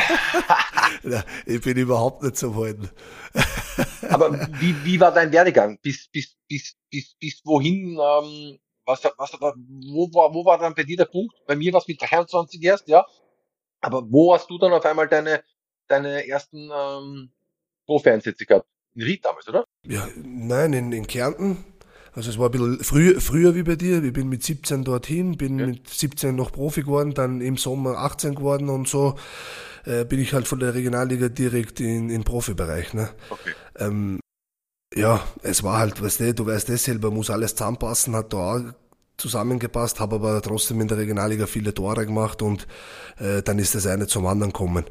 Ich bin überhaupt nicht zu halten. Aber wie, wie war dein Werdegang? Bis, bis, bis, bis, bis wohin, ähm, was, was, wo, war, wo war dann bei dir der Punkt? Bei mir war es mit dreiundzwanzig erst, ja. Aber wo hast du dann auf einmal deine, deine ersten ähm, Profi-Einsätze gehabt? In Ried damals, oder? Ja, nein, in, in Kärnten. Also es war ein bisschen früh, früher wie bei dir. Ich bin mit siebzehn dorthin, bin Ja. mit siebzehn noch Profi geworden, dann im Sommer achtzehn geworden und so äh, bin ich halt von der Regionalliga direkt in in Profibereich. Ne? Okay. Ähm, ja, es war halt, weißt du, du weißt das selber, muss alles zusammenpassen, hat da auch zusammengepasst, habe aber trotzdem in der Regionalliga viele Tore gemacht und äh, dann ist das eine zum anderen gekommen.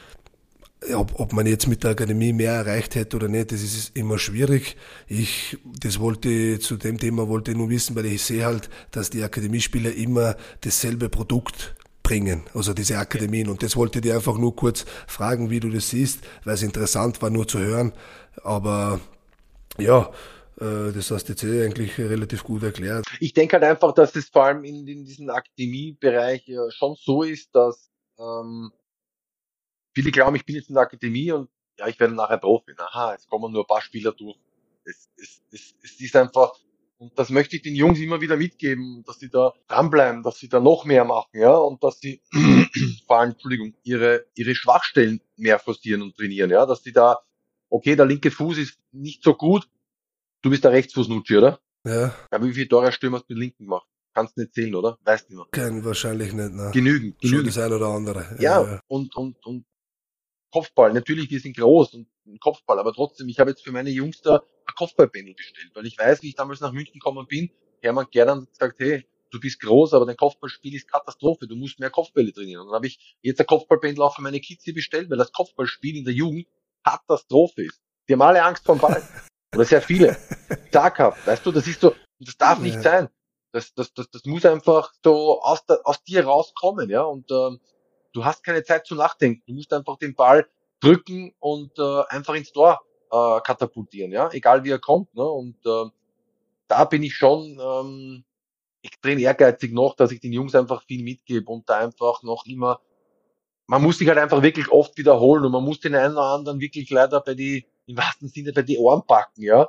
Ob, ob man jetzt mit der Akademie mehr erreicht hätte oder nicht, das ist immer schwierig. Ich, das wollte, zu dem Thema wollte ich nur wissen, weil ich sehe halt, dass die Akademiespieler immer dasselbe Produkt bringen, also diese Akademien. Und das wollte ich dir einfach nur kurz fragen, wie du das siehst, weil es interessant war, nur zu hören. Aber ja, äh, das hast du jetzt eh eigentlich relativ gut erklärt. Ich denke halt einfach, dass es vor allem in, in diesem Akademiebereich ja schon so ist, dass ähm, viele glauben, ich bin jetzt in der Akademie und ja, ich werde nachher Profi. Aha, es kommen nur ein paar Spieler durch. Es, es, es, es ist einfach, und das möchte ich den Jungs immer wieder mitgeben, dass sie da dranbleiben, dass sie da noch mehr machen, ja, und dass sie vor allem, Entschuldigung, ihre, ihre Schwachstellen mehr forcieren und trainieren, ja, dass sie da, okay, der linke Fuß ist nicht so gut, du bist der Rechtsfuß-Nutschi, oder? Ja, Aber wie viele Tore hast du mit dem linken gemacht? Kannst nicht zählen, oder? Weißt nicht mehr. kein, wahrscheinlich nicht, ne? Genügend, Schon genügend. das ein oder andere. Ja, und, und, und Kopfball. Natürlich, wir sind groß und ein Kopfball, aber trotzdem, ich habe jetzt für meine Jungs da ein Kopfballbändel bestellt, weil ich weiß, wie ich damals nach München gekommen bin. Hermann Gerdern hat gesagt, hey, du bist groß, aber dein Kopfballspiel ist Katastrophe, du musst mehr Kopfbälle trainieren. Und dann habe ich jetzt ein Kopfballbändel auch für meine Kids hier bestellt, weil das Kopfballspiel in der Jugend Katastrophe ist. Die haben alle Angst vor dem Ball. Oder sehr viele. Zaghaft, weißt du, das ist so, und das darf nicht Ja. sein. Das, das, das, das muss einfach so aus, der, aus dir rauskommen, ja, und ähm, du hast keine Zeit zu nachdenken. Du musst einfach den Ball drücken und äh, einfach ins Tor äh, katapultieren, ja, egal wie er kommt. Ne? Und äh, da bin ich schon ähm, extrem ehrgeizig noch, dass ich den Jungs einfach viel mitgebe und da einfach noch immer, man muss sich halt einfach wirklich oft wiederholen und man muss den einen oder anderen wirklich leider bei die, im wahrsten Sinne bei die Ohren packen, ja.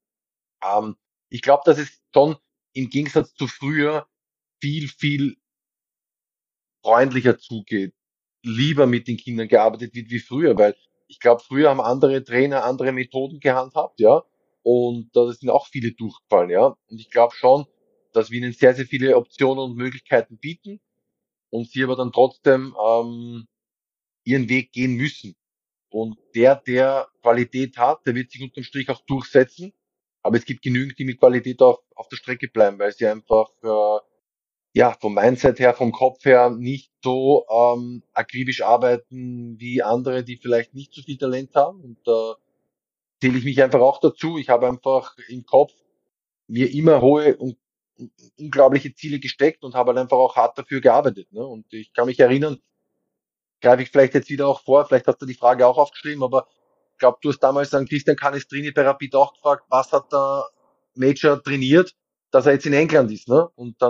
Ähm, ich glaube, dass es schon im Gegensatz zu früher viel, viel freundlicher zugeht, lieber mit den Kindern gearbeitet wird wie früher, weil ich glaube, früher haben andere Trainer andere Methoden gehandhabt, ja, und da sind auch viele durchgefallen, ja, und ich glaube schon, dass wir ihnen sehr, sehr viele Optionen und Möglichkeiten bieten und sie aber dann trotzdem ähm, ihren Weg gehen müssen. Und der, der Qualität hat, der wird sich unterm Strich auch durchsetzen, aber es gibt genügend, die mit Qualität auf, auf der Strecke bleiben, weil sie einfach äh, ja, vom Mindset her, vom Kopf her nicht so ähm, akribisch arbeiten wie andere, die vielleicht nicht so viel Talent haben. Und da zähle ich mich einfach auch dazu. Ich habe einfach im Kopf mir immer hohe und und unglaubliche Ziele gesteckt und habe halt einfach auch hart dafür gearbeitet. Ne? Und ich kann mich erinnern, greife ich vielleicht jetzt wieder auch vor, vielleicht hast du die Frage auch aufgeschrieben, aber ich glaube, du hast damals an Christian Canestrini bei Rapid auch gefragt, was hat der Major trainiert, dass er jetzt in England ist. Ne? Und dann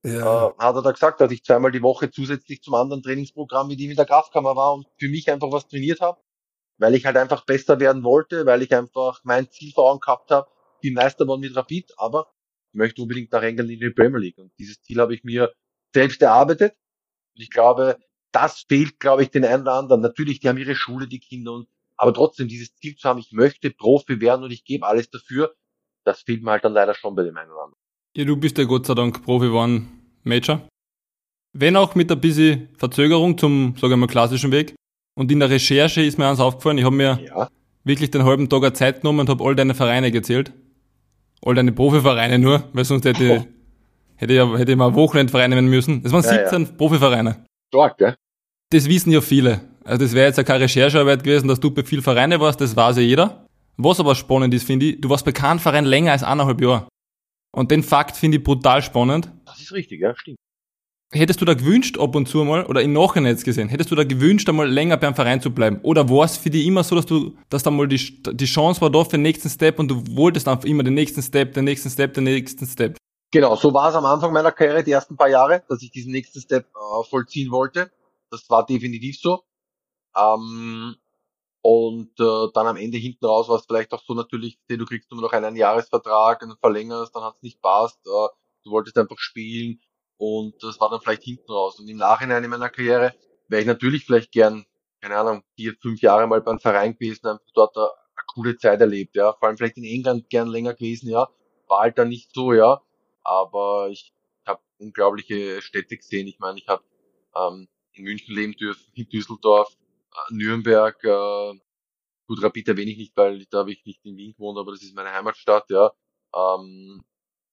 Ja, äh, hat er da gesagt, dass ich zweimal die Woche zusätzlich zum anderen Trainingsprogramm mit ihm in der Kraftkammer war und für mich einfach was trainiert habe, weil ich halt einfach besser werden wollte, weil ich einfach mein Ziel vor Augen gehabt habe, die Meister waren mit Rapid, aber ich möchte unbedingt nach England in die Premier League. Und dieses Ziel habe ich mir selbst erarbeitet. Und ich glaube, das fehlt, glaube ich, den einen oder anderen. Natürlich, die haben ihre Schule, die Kinder, und, aber trotzdem dieses Ziel zu haben, ich möchte Profi werden und ich gebe alles dafür, das fehlt mir halt dann leider schon bei dem einen oder anderen. Ja, du bist ja Gott sei Dank Profi geworden, Major. Wenn auch mit ein bisschen Verzögerung zum, sagen wir mal, klassischen Weg. Und in der Recherche ist mir eins aufgefallen, ich habe mir Ja, wirklich den halben Tag eine Zeit genommen und habe all deine Vereine gezählt. All deine Profivereine nur, weil sonst hätte, ich- hätte, ich, ja- hätte ich mal Wochenendvereine nehmen müssen. Es waren Ja, ja. siebzehn Profivereine. stark, gell? Das wissen ja viele. Also das wäre jetzt ja keine Recherchearbeit gewesen, dass du bei vielen Vereinen warst, das weiß ja jeder. Was aber spannend ist, finde ich, du warst bei keinem Verein länger als eineinhalb Jahre. Und den Fakt finde ich brutal spannend. Das ist richtig, ja, stimmt. Hättest du da gewünscht ab und zu mal, oder im Nachhinein jetzt gesehen, hättest du da gewünscht, einmal länger beim Verein zu bleiben? Oder war es für dich immer so, dass du, dass da mal die, die Chance war da für den nächsten Step und du wolltest einfach immer den nächsten Step, den nächsten Step, den nächsten Step? Genau, so war es am Anfang meiner Karriere, die ersten paar Jahre, dass ich diesen nächsten Step äh, vollziehen wollte. Das war definitiv so. Ähm, und äh, dann am Ende hinten raus war es vielleicht auch so natürlich, okay, du kriegst nur noch einen Jahresvertrag und verlängerst, dann hat es nicht passt, äh, du wolltest einfach spielen und das war dann vielleicht hinten raus. Und im Nachhinein in meiner Karriere wäre ich natürlich vielleicht gern, keine Ahnung, vier, fünf Jahre mal beim Verein gewesen, einfach dort eine, eine coole Zeit erlebt, ja. Vor allem vielleicht in England gern länger gewesen, ja. War halt dann nicht so, ja. Aber ich habe unglaubliche Städte gesehen. Ich meine, ich habe ähm, in München leben dürfen, in Düsseldorf, äh, Nürnberg, äh, gut, Rapid erwähne ich nicht, weil da habe ich nicht in Wien gewohnt, aber das ist meine Heimatstadt, ja. Ähm,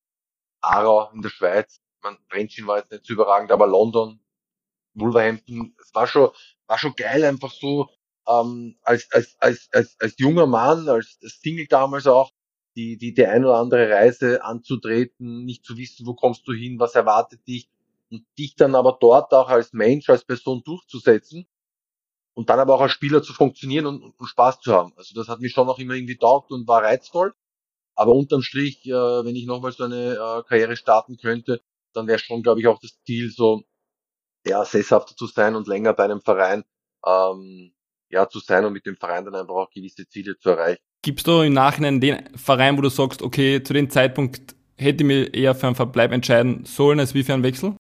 Aarau in der Schweiz, man, Rennes war jetzt nicht so überragend, aber London, Wolverhampton, es war schon, war schon geil, einfach so, ähm, als, als, als, als, als junger Mann, als, als Single damals auch, die, die, die ein oder andere Reise anzutreten, nicht zu wissen, wo kommst du hin, was erwartet dich, und dich dann aber dort auch als Mensch, als Person durchzusetzen und dann aber auch als Spieler zu funktionieren und, und Spaß zu haben. Also das hat mich schon auch immer irgendwie taugt und war reizvoll. Aber unterm Strich, äh, wenn ich nochmal so eine äh, Karriere starten könnte, dann wäre schon, glaube ich, auch das Ziel, so ja, sesshafter zu sein und länger bei einem Verein ähm, ja, zu sein und mit dem Verein dann einfach auch gewisse Ziele zu erreichen. Gibst du im Nachhinein den Verein, wo du sagst, okay, zu dem Zeitpunkt hätte ich mich eher für einen Verbleib entscheiden sollen, als wie für einen Wechsel?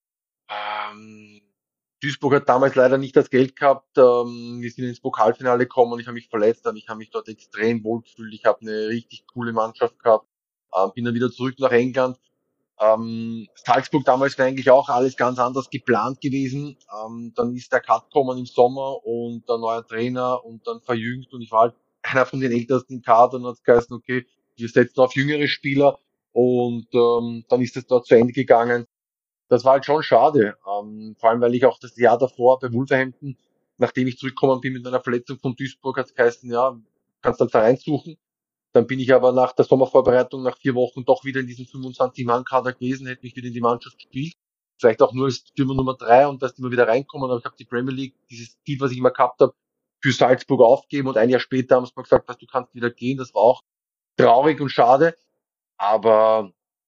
Ähm, Duisburg hat damals leider nicht das Geld gehabt. Ähm, wir sind ins Pokalfinale gekommen und ich habe mich verletzt, aber ich habe mich dort extrem wohl gefühlt. Ich habe eine richtig coole Mannschaft gehabt. Ähm, bin dann wieder zurück nach England. Ähm, Salzburg damals wäre eigentlich auch alles ganz anders geplant gewesen. Ähm, dann ist der Cut gekommen im Sommer und der neue Trainer und dann verjüngt und ich war halt einer von den ältesten im Kader und hat geheißen, okay, wir setzen auf jüngere Spieler und ähm, dann ist es dort zu Ende gegangen. Das war halt schon schade, ähm, vor allem weil ich auch das Jahr davor bei Wolverhampton, nachdem ich zurückgekommen bin mit meiner Verletzung von Duisburg, hat es geheißen, ja, kannst einen Verein suchen. Dann bin ich aber nach der Sommervorbereitung, nach vier Wochen, doch wieder in diesem fünfundzwanzig-Mann-Kader gewesen, hätte mich wieder in die Mannschaft gespielt. Vielleicht auch nur als Stürmer Nummer drei und dass die immer wieder reinkommen. Aber ich habe die Premier League, dieses Ziel, was ich immer gehabt habe, für Salzburg aufgeben und ein Jahr später haben sie mir gesagt, was, du kannst wieder gehen. Das war auch traurig und schade. Aber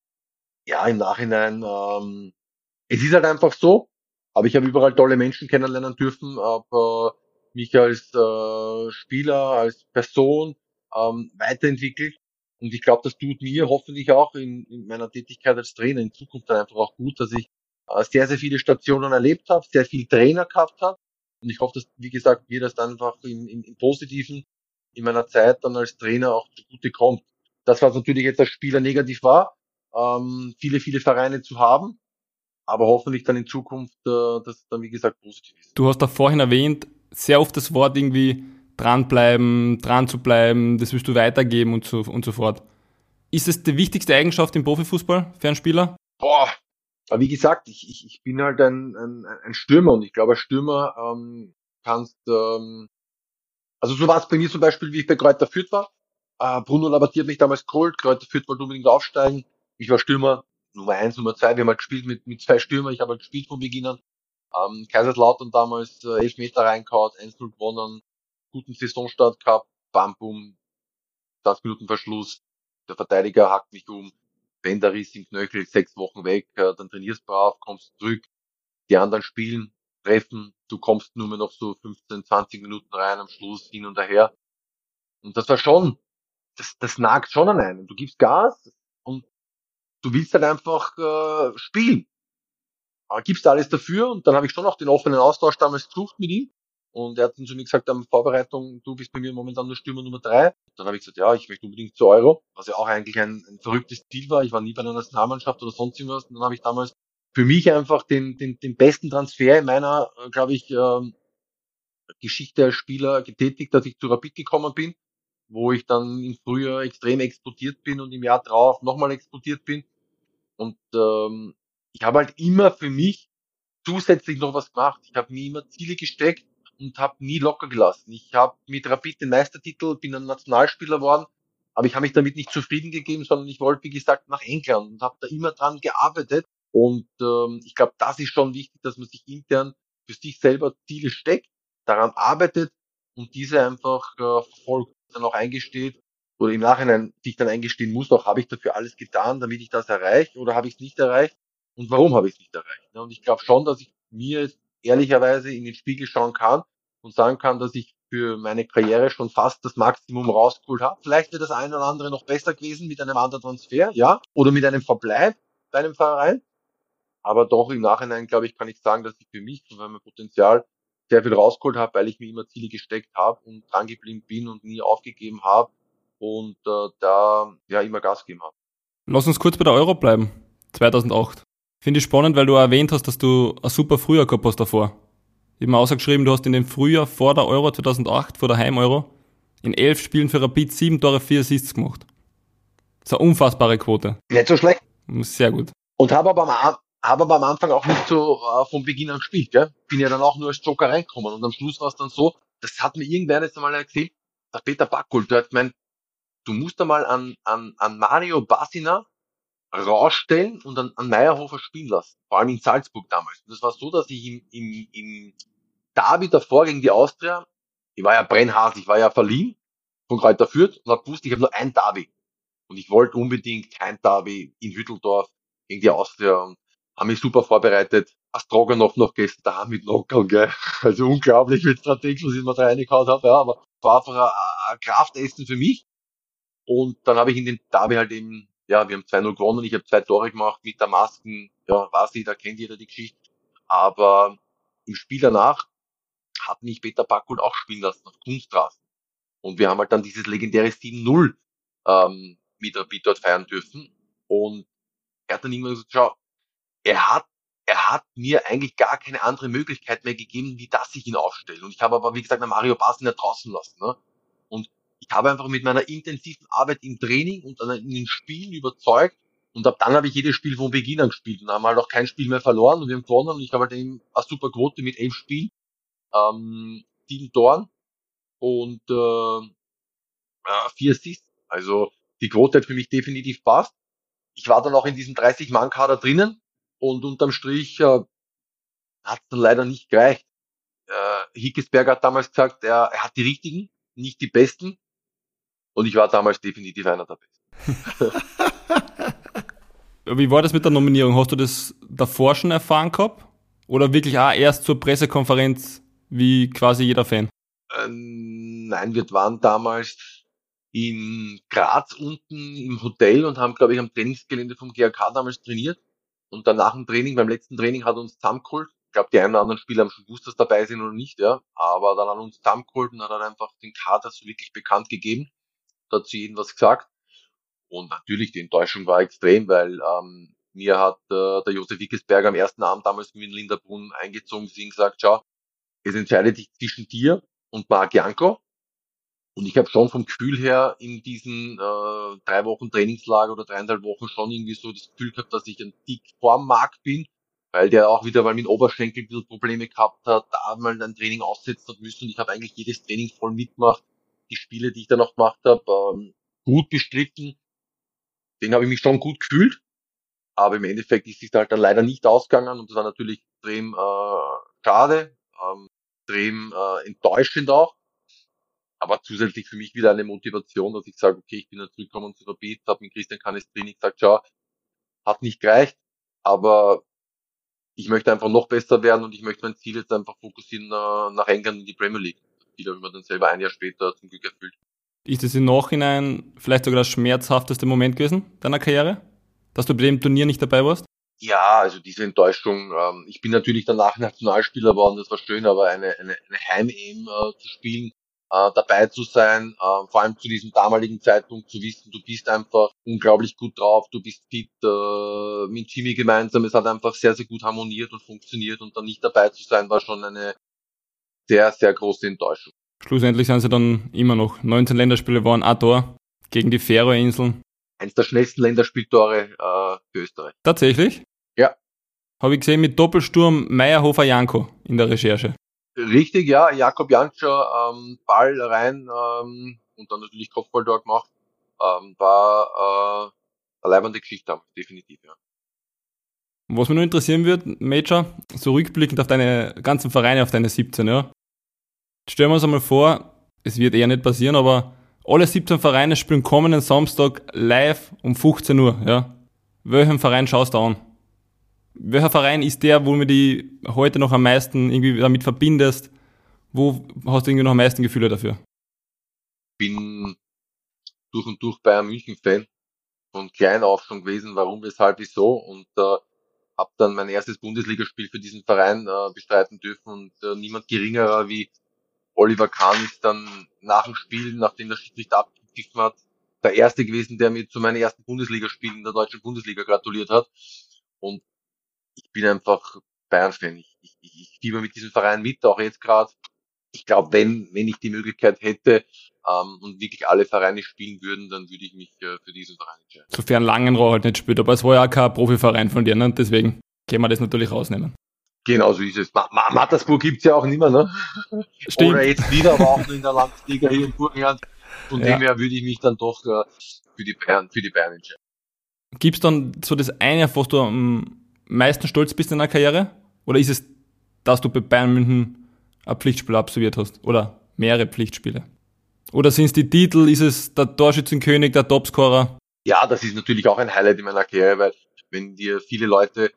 ja, im Nachhinein, ähm, es ist halt einfach so. Aber ich habe überall tolle Menschen kennenlernen dürfen, habe äh, mich als äh, Spieler, als Person ähm, weiterentwickelt. Und ich glaube, das tut mir hoffentlich auch in, in meiner Tätigkeit als Trainer in Zukunft dann einfach auch gut, dass ich äh, sehr, sehr viele Stationen erlebt habe, sehr viel Trainer gehabt habe. Und ich hoffe, dass, wie gesagt, mir das dann einfach im, im, im Positiven in meiner Zeit dann als Trainer auch zugute kommt. Das, was natürlich jetzt als Spieler negativ war, ähm, viele, viele Vereine zu haben, aber hoffentlich dann in Zukunft, äh, dass es dann, wie gesagt, positiv ist. Du hast da vorhin erwähnt, sehr oft das Wort irgendwie dranbleiben, dran zu bleiben, das willst du weitergeben und so, und so fort. Ist es die wichtigste Eigenschaft im Profifußball für einen Spieler? Boah, aber wie gesagt, ich, ich, ich bin halt ein, ein, ein Stürmer und ich glaube, als Stürmer ähm, kannst, ähm, also so war es bei mir zum Beispiel, wie ich bei Kräuter Fürth war. Äh, Bruno Labbadia hat mich damals geholt, Kräuter Fürth wollte unbedingt aufsteigen. Ich war Stürmer Nummer eins, Nummer zwei, wir haben halt gespielt mit, mit zwei Stürmer, ich habe halt gespielt von Beginn an. Ähm, Kaiserslautern damals äh, elf Meter reingehauen, eins null gewonnen, guten Saisonstart gehabt, bam, bum, zwanzig Minuten Verschluss, der Verteidiger hackt mich um, Bänderriss im Knöchel, sechs Wochen weg, äh, dann trainierst du brav, kommst zurück, die anderen spielen, treffen, du kommst nur mehr noch so fünfzehn, zwanzig Minuten rein am Schluss, hin und her. Und das war schon, das, das nagt schon an einem. Du gibst Gas und du willst halt einfach äh, spielen. Aber gibst alles dafür und dann habe ich schon auch den offenen Austausch damals gesucht mit ihm. Und er hat dann zu mir gesagt, am Vorbereitung, du bist bei mir momentan nur Stürmer Nummer drei. Dann habe ich gesagt, ja, ich möchte unbedingt zu Euro, was ja auch eigentlich ein, ein verrücktes Ziel war. Ich war nie bei einer Nationalmannschaft oder sonst irgendwas. Und dann habe ich damals für mich einfach den, den, den besten Transfer in meiner, äh, glaube ich, ähm, Geschichte als Spieler getätigt, dass ich zu Rapid gekommen bin, wo ich dann im Frühjahr extrem explodiert bin und im Jahr drauf nochmal explodiert bin. Und ähm, ich habe halt immer für mich zusätzlich noch was gemacht. Ich habe mir immer Ziele gesteckt und habe nie locker gelassen. Ich habe mit Rapid den Meistertitel, bin ein Nationalspieler geworden, aber ich habe mich damit nicht zufrieden gegeben, sondern ich wollte, wie gesagt, nach England und habe da immer dran gearbeitet. Und ähm, ich glaube, das ist schon wichtig, dass man sich intern für sich selber Ziele steckt, daran arbeitet und diese einfach äh, verfolgt, dann auch eingesteht oder im Nachhinein sich dann eingestehen muss, auch habe ich dafür alles getan, damit ich das erreiche oder habe ich es nicht erreicht und warum habe ich es nicht erreicht. Und ich glaube schon, dass ich mir jetzt ehrlicherweise in den Spiegel schauen kann und sagen kann, dass ich für meine Karriere schon fast das Maximum rausgeholt habe. Vielleicht wäre das eine oder andere noch besser gewesen mit einem anderen Transfer, ja, oder mit einem Verbleib bei einem Verein. Aber doch im Nachhinein, glaube ich, kann ich sagen, dass ich für mich und für mein Potenzial sehr viel rausgeholt habe, weil ich mir immer Ziele gesteckt habe und dran geblieben bin und nie aufgegeben habe und äh, da ja immer Gas gegeben habe. Lass uns kurz bei der Euro bleiben. zweitausendacht. Finde ich spannend, weil du erwähnt hast, dass du ein super Frühjahr gehabt hast davor. Ich habe mir ausgeschrieben, du hast in dem Frühjahr vor der Euro zweitausendacht, vor der Heim-Euro, in elf Spielen für Rapid sieben Tore, vier Assists gemacht. Das ist eine unfassbare Quote. Nicht so schlecht. Sehr gut. Und habe aber, am, habe aber am Anfang auch nicht so äh, von Beginn an gespielt. Gell? Bin ja dann auch nur als Joker reingekommen. Und am Schluss war es dann so, das hat mir irgendwer jetzt einmal erzählt, der Peter Backholt, der hat gemeint, du musst einmal an, an, an Mario Basina rausstellen und an, an Meyerhofer spielen lassen. Vor allem in Salzburg damals. Und das war so, dass ich im, im, im Derby davor gegen die Austria, ich war ja Brennhase, ich war ja verliehen von Kräuter Fürth und habe gewusst, ich habe nur ein Derby. Und ich wollte unbedingt kein Derby in Hütteldorf gegen die Austria und haben mich super vorbereitet. Astroganov noch gestern da mit Knockout, gell. Also unglaublich, wie strategisch, was ich mir da reingehauen habe, ja, aber war einfach ein, ein Kraftessen für mich. Und dann habe ich in den Derby halt eben, ja, wir haben zwei null gewonnen, ich habe zwei Tore gemacht mit der Masken, ja, weiß ich, da kennt jeder die Geschichte. Aber im Spiel danach hat mich Peter Backholt auch spielen lassen auf Kunstrasen. Und wir haben halt dann dieses legendäre sieben null ähm, mit Rapid dort feiern dürfen. Und er hat dann irgendwann gesagt, schau, er hat, er hat mir eigentlich gar keine andere Möglichkeit mehr gegeben, wie dass ich ihn aufstelle. Und ich habe aber, wie gesagt, einen Mario Basler draußen lassen. Ne? Und ich habe einfach mit meiner intensiven Arbeit im Training und in den Spielen überzeugt. Und ab dann habe ich jedes Spiel von Beginn an gespielt. Und haben halt auch kein Spiel mehr verloren und wir haben gewonnen. Und ich habe halt eben eine super Quote mit elf Spielen, ähm, sieben Toren und äh, vier Assists. Also die Quote hat für mich definitiv passt. Ich war dann auch in diesem dreißig-Mann-Kader drinnen und unterm Strich äh, hat es dann leider nicht gereicht. Äh, Hickesberger hat damals gesagt, er, er hat die richtigen, nicht die besten. Und ich war damals definitiv einer der Besten. Wie war das mit der Nominierung? Hast du das davor schon erfahren gehabt? Oder wirklich auch erst zur Pressekonferenz wie quasi jeder Fan? Ähm, nein, wir waren damals in Graz unten im Hotel und haben, glaube ich, am Trainingsgelände vom G A K damals trainiert. Und dann nach dem Training, beim letzten Training hat er uns zusammengeholt. Ich glaube, die einen oder anderen Spieler haben schon gewusst, dass dabei sind oder nicht, ja. Aber dann hat er uns zusammengeholt und hat dann einfach den Kader so wirklich bekannt gegeben. Da hat zu jedem was gesagt. Und natürlich, die Enttäuschung war extrem, weil ähm, mir hat äh, der Josef Wickesberger am ersten Abend damals mit Linderbrunn eingezogen, sie gesagt, schau, es entscheidet sich zwischen dir und Marc Janko. Und ich habe schon vom Gefühl her in diesen äh, drei Wochen Trainingslager oder dreieinhalb Wochen schon irgendwie so das Gefühl gehabt, dass ich ein Tick vorm Marc bin, weil der auch wieder, weil mit Oberschenkel ein bisschen Probleme gehabt hat, da mal ein Training aussetzen hat müssen. Und ich habe eigentlich jedes Training voll mitgemacht. Die Spiele, die ich da noch gemacht habe, ähm, gut bestritten. Den habe ich mich schon gut gefühlt. Aber im Endeffekt ist es halt dann leider nicht ausgegangen und das war natürlich extrem äh, schade, ähm, extrem äh, enttäuschend auch. Aber zusätzlich für mich wieder eine Motivation, dass ich sage, okay, ich bin dann zurückgekommen zu Rapid, habe mit Christian Canestrini gesagt, schau, hat nicht gereicht, aber ich möchte einfach noch besser werden und ich möchte mein Ziel jetzt einfach fokussieren äh, nach England in die Premier League. Die habe ich mir dann selber ein Jahr später zum Glück erfüllt. Ist es im Nachhinein vielleicht sogar das schmerzhafteste Moment gewesen deiner Karriere, dass du bei dem Turnier nicht dabei warst? Ja, also diese Enttäuschung. Ähm, ich bin natürlich danach Nationalspieler geworden, das war schön, aber eine, eine, eine Heim-E M äh, zu spielen, äh, dabei zu sein, äh, vor allem zu diesem damaligen Zeitpunkt zu wissen, du bist einfach unglaublich gut drauf, du bist fit, äh, mit Jimmy gemeinsam, es hat einfach sehr, sehr gut harmoniert und funktioniert und dann nicht dabei zu sein, war schon eine sehr, sehr große Enttäuschung. Schlussendlich sind sie dann immer noch. neunzehn Länderspiele waren ein Tor gegen die Färöerinseln. Eins der schnellsten Länderspieltore äh, für Österreich. Tatsächlich? Ja. Habe ich gesehen mit Doppelsturm Meyerhofer-Janko in der Recherche. Richtig, ja. Jakob Jantscher, ähm, Ball rein ähm, und dann natürlich Kopfballtor gemacht. Ähm, war äh, eine leibende Geschichte haben, definitiv, ja. Was mich nur interessieren wird, Major, so rückblickend auf deine ganzen Vereine, auf deine siebzehn, ja. Stellen wir uns einmal vor, es wird eher nicht passieren, aber alle siebzehn Vereine spielen kommenden Samstag live um fünfzehn Uhr, ja. Welchen Verein schaust du an? Welcher Verein ist der, wo du die heute noch am meisten irgendwie damit verbindest? Wo hast du irgendwie noch am meisten Gefühle dafür? Ich bin durch und durch Bayern München-Fan. Von klein auf schon gewesen, warum, weshalb, wieso. Und äh, habe dann mein erstes Bundesligaspiel für diesen Verein äh, bestreiten dürfen. Und äh, niemand geringerer wie Oliver Kahn ist dann nach dem Spiel, nachdem der Schiedsrichter abgepfiffen hat, der Erste gewesen, der mir zu meinem ersten Bundesligaspiel in der deutschen Bundesliga gratuliert hat. Und ich bin einfach Bayern-Fan. Ich, ich, ich fieber mit diesem Verein mit, auch jetzt gerade. Ich glaube, wenn wenn ich die Möglichkeit hätte ähm, und wirklich alle Vereine spielen würden, dann würde ich mich äh, für diesen Verein entscheiden. Sofern Langenrohr halt nicht spielt, aber es war ja auch kein Profiverein von dir, ne? Deswegen können wir das natürlich rausnehmen. Genau so ist es. Ma- Ma- Mattersburg gibt's ja auch nicht mehr, ne? Stimmt. Oder jetzt wieder, aber auch nur in der Landesliga hier in Burgenland. Von Ja. dem her würde ich mich dann doch äh, für die Bayern, für die Bayern entscheiden. Gibt's dann so das eine, auf was du am meisten stolz bist in deiner Karriere? Oder ist es, dass du bei Bayern München ein Pflichtspiel absolviert hast? Oder mehrere Pflichtspiele? Oder sind es die Titel? Ist es der Torschützenkönig, der Topscorer? Ja, das ist natürlich auch ein Highlight in meiner Karriere, weil wenn dir viele Leute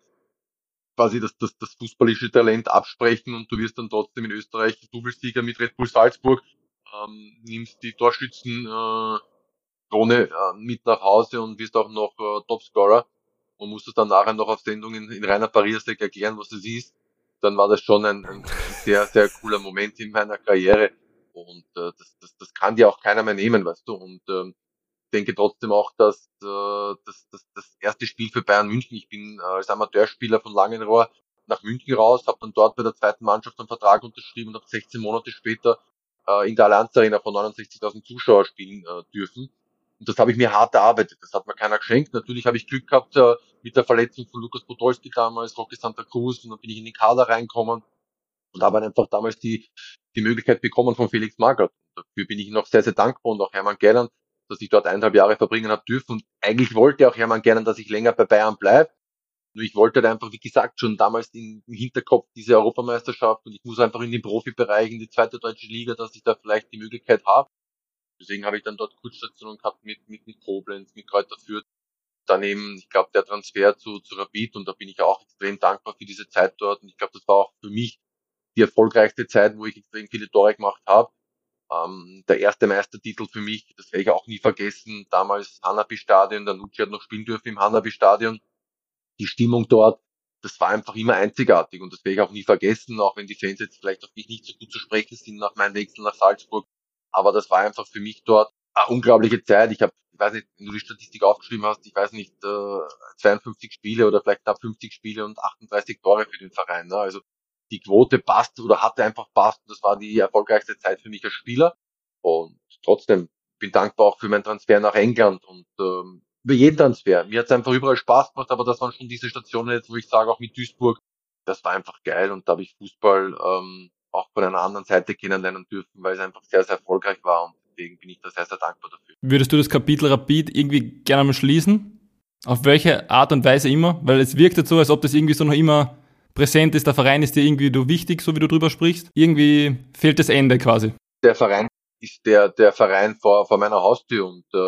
quasi das, das, das fußballische Talent absprechen und du wirst dann trotzdem in Österreich Doublesieger mit Red Bull Salzburg, ähm, nimmst die Torschützen äh, Krone äh, mit nach Hause und wirst auch noch äh, Topscorer und musst es dann nachher noch auf Sendung in, in Rainer Pariersek erklären, was das ist, dann war das schon ein, ein, ein sehr, sehr cooler Moment in meiner Karriere und äh, das, das, das kann dir auch keiner mehr nehmen, weißt du, und ähm, ich denke trotzdem auch, dass äh, das, das, das erste Spiel für Bayern München, ich bin äh, als Amateurspieler von Langenrohr nach München raus, habe dann dort bei der zweiten Mannschaft einen Vertrag unterschrieben und habe sechzehn Monate später äh, in der Allianz Arena von neunundsechzigtausend Zuschauer spielen äh, dürfen. Und das habe ich mir hart erarbeitet. Das hat mir keiner geschenkt. Natürlich habe ich Glück gehabt äh, mit der Verletzung von Lukas Podolski damals, Rocky Santa Cruz, und dann bin ich in den Kader reinkommen und habe einfach damals die die Möglichkeit bekommen von Felix Magath. Dafür bin ich noch sehr, sehr dankbar und auch Hermann Gerland, dass ich dort eineinhalb Jahre verbringen habe dürfen. Und eigentlich wollte auch Hermann Gerland, dass ich länger bei Bayern bleibe. Nur ich wollte halt einfach, wie gesagt, schon damals im Hinterkopf diese Europameisterschaft und ich muss einfach in den Profibereich, in die zweite deutsche Liga, dass ich da vielleicht die Möglichkeit habe. Deswegen habe ich dann dort Kurzstationen gehabt mit, mit, mit Koblenz, mit Kräuter Fürth. Dann eben, ich glaube, der Transfer zu, zu Rapid und da bin ich auch extrem dankbar für diese Zeit dort. Und ich glaube, das war auch für mich die erfolgreichste Zeit, wo ich extrem viele Tore gemacht habe. Ähm, der erste Meistertitel für mich, das werde ich auch nie vergessen. Damals Hanapi-Stadion, der Lucci hat noch spielen dürfen im Hanapi-Stadion. Die Stimmung dort, das war einfach immer einzigartig und das werde ich auch nie vergessen, auch wenn die Fans jetzt vielleicht auf mich nicht so gut zu sprechen sind nach meinem Wechsel nach Salzburg. Aber das war einfach für mich dort eine unglaubliche Zeit. Ich habe, ich weiß nicht, wenn du die Statistik aufgeschrieben hast, ich weiß nicht, äh, zweiundfünfzig Spiele oder vielleicht knapp fünfzig Spiele und achtunddreißig Tore für den Verein. Ne? Also die Quote passt oder hatte einfach passt. Das war die erfolgreichste Zeit für mich als Spieler. Und trotzdem bin dankbar auch für meinen Transfer nach England und ähm, über jeden Transfer. Mir hat es einfach überall Spaß gemacht, aber das waren schon diese Stationen jetzt, wo ich sage, auch mit Duisburg, das war einfach geil und da habe ich Fußball ähm, auch von einer anderen Seite kennenlernen dürfen, weil es einfach sehr, sehr erfolgreich war und deswegen bin ich da sehr, sehr dankbar dafür. Würdest du das Kapitel Rapid irgendwie gerne mal schließen? Auf welche Art und Weise immer? Weil es wirkt jetzt so, als ob das irgendwie so noch immer präsent ist. Der Verein ist dir irgendwie du wichtig, so wie du drüber sprichst. Irgendwie fehlt das Ende quasi. Der Verein ist der der Verein vor vor meiner Haustür und äh,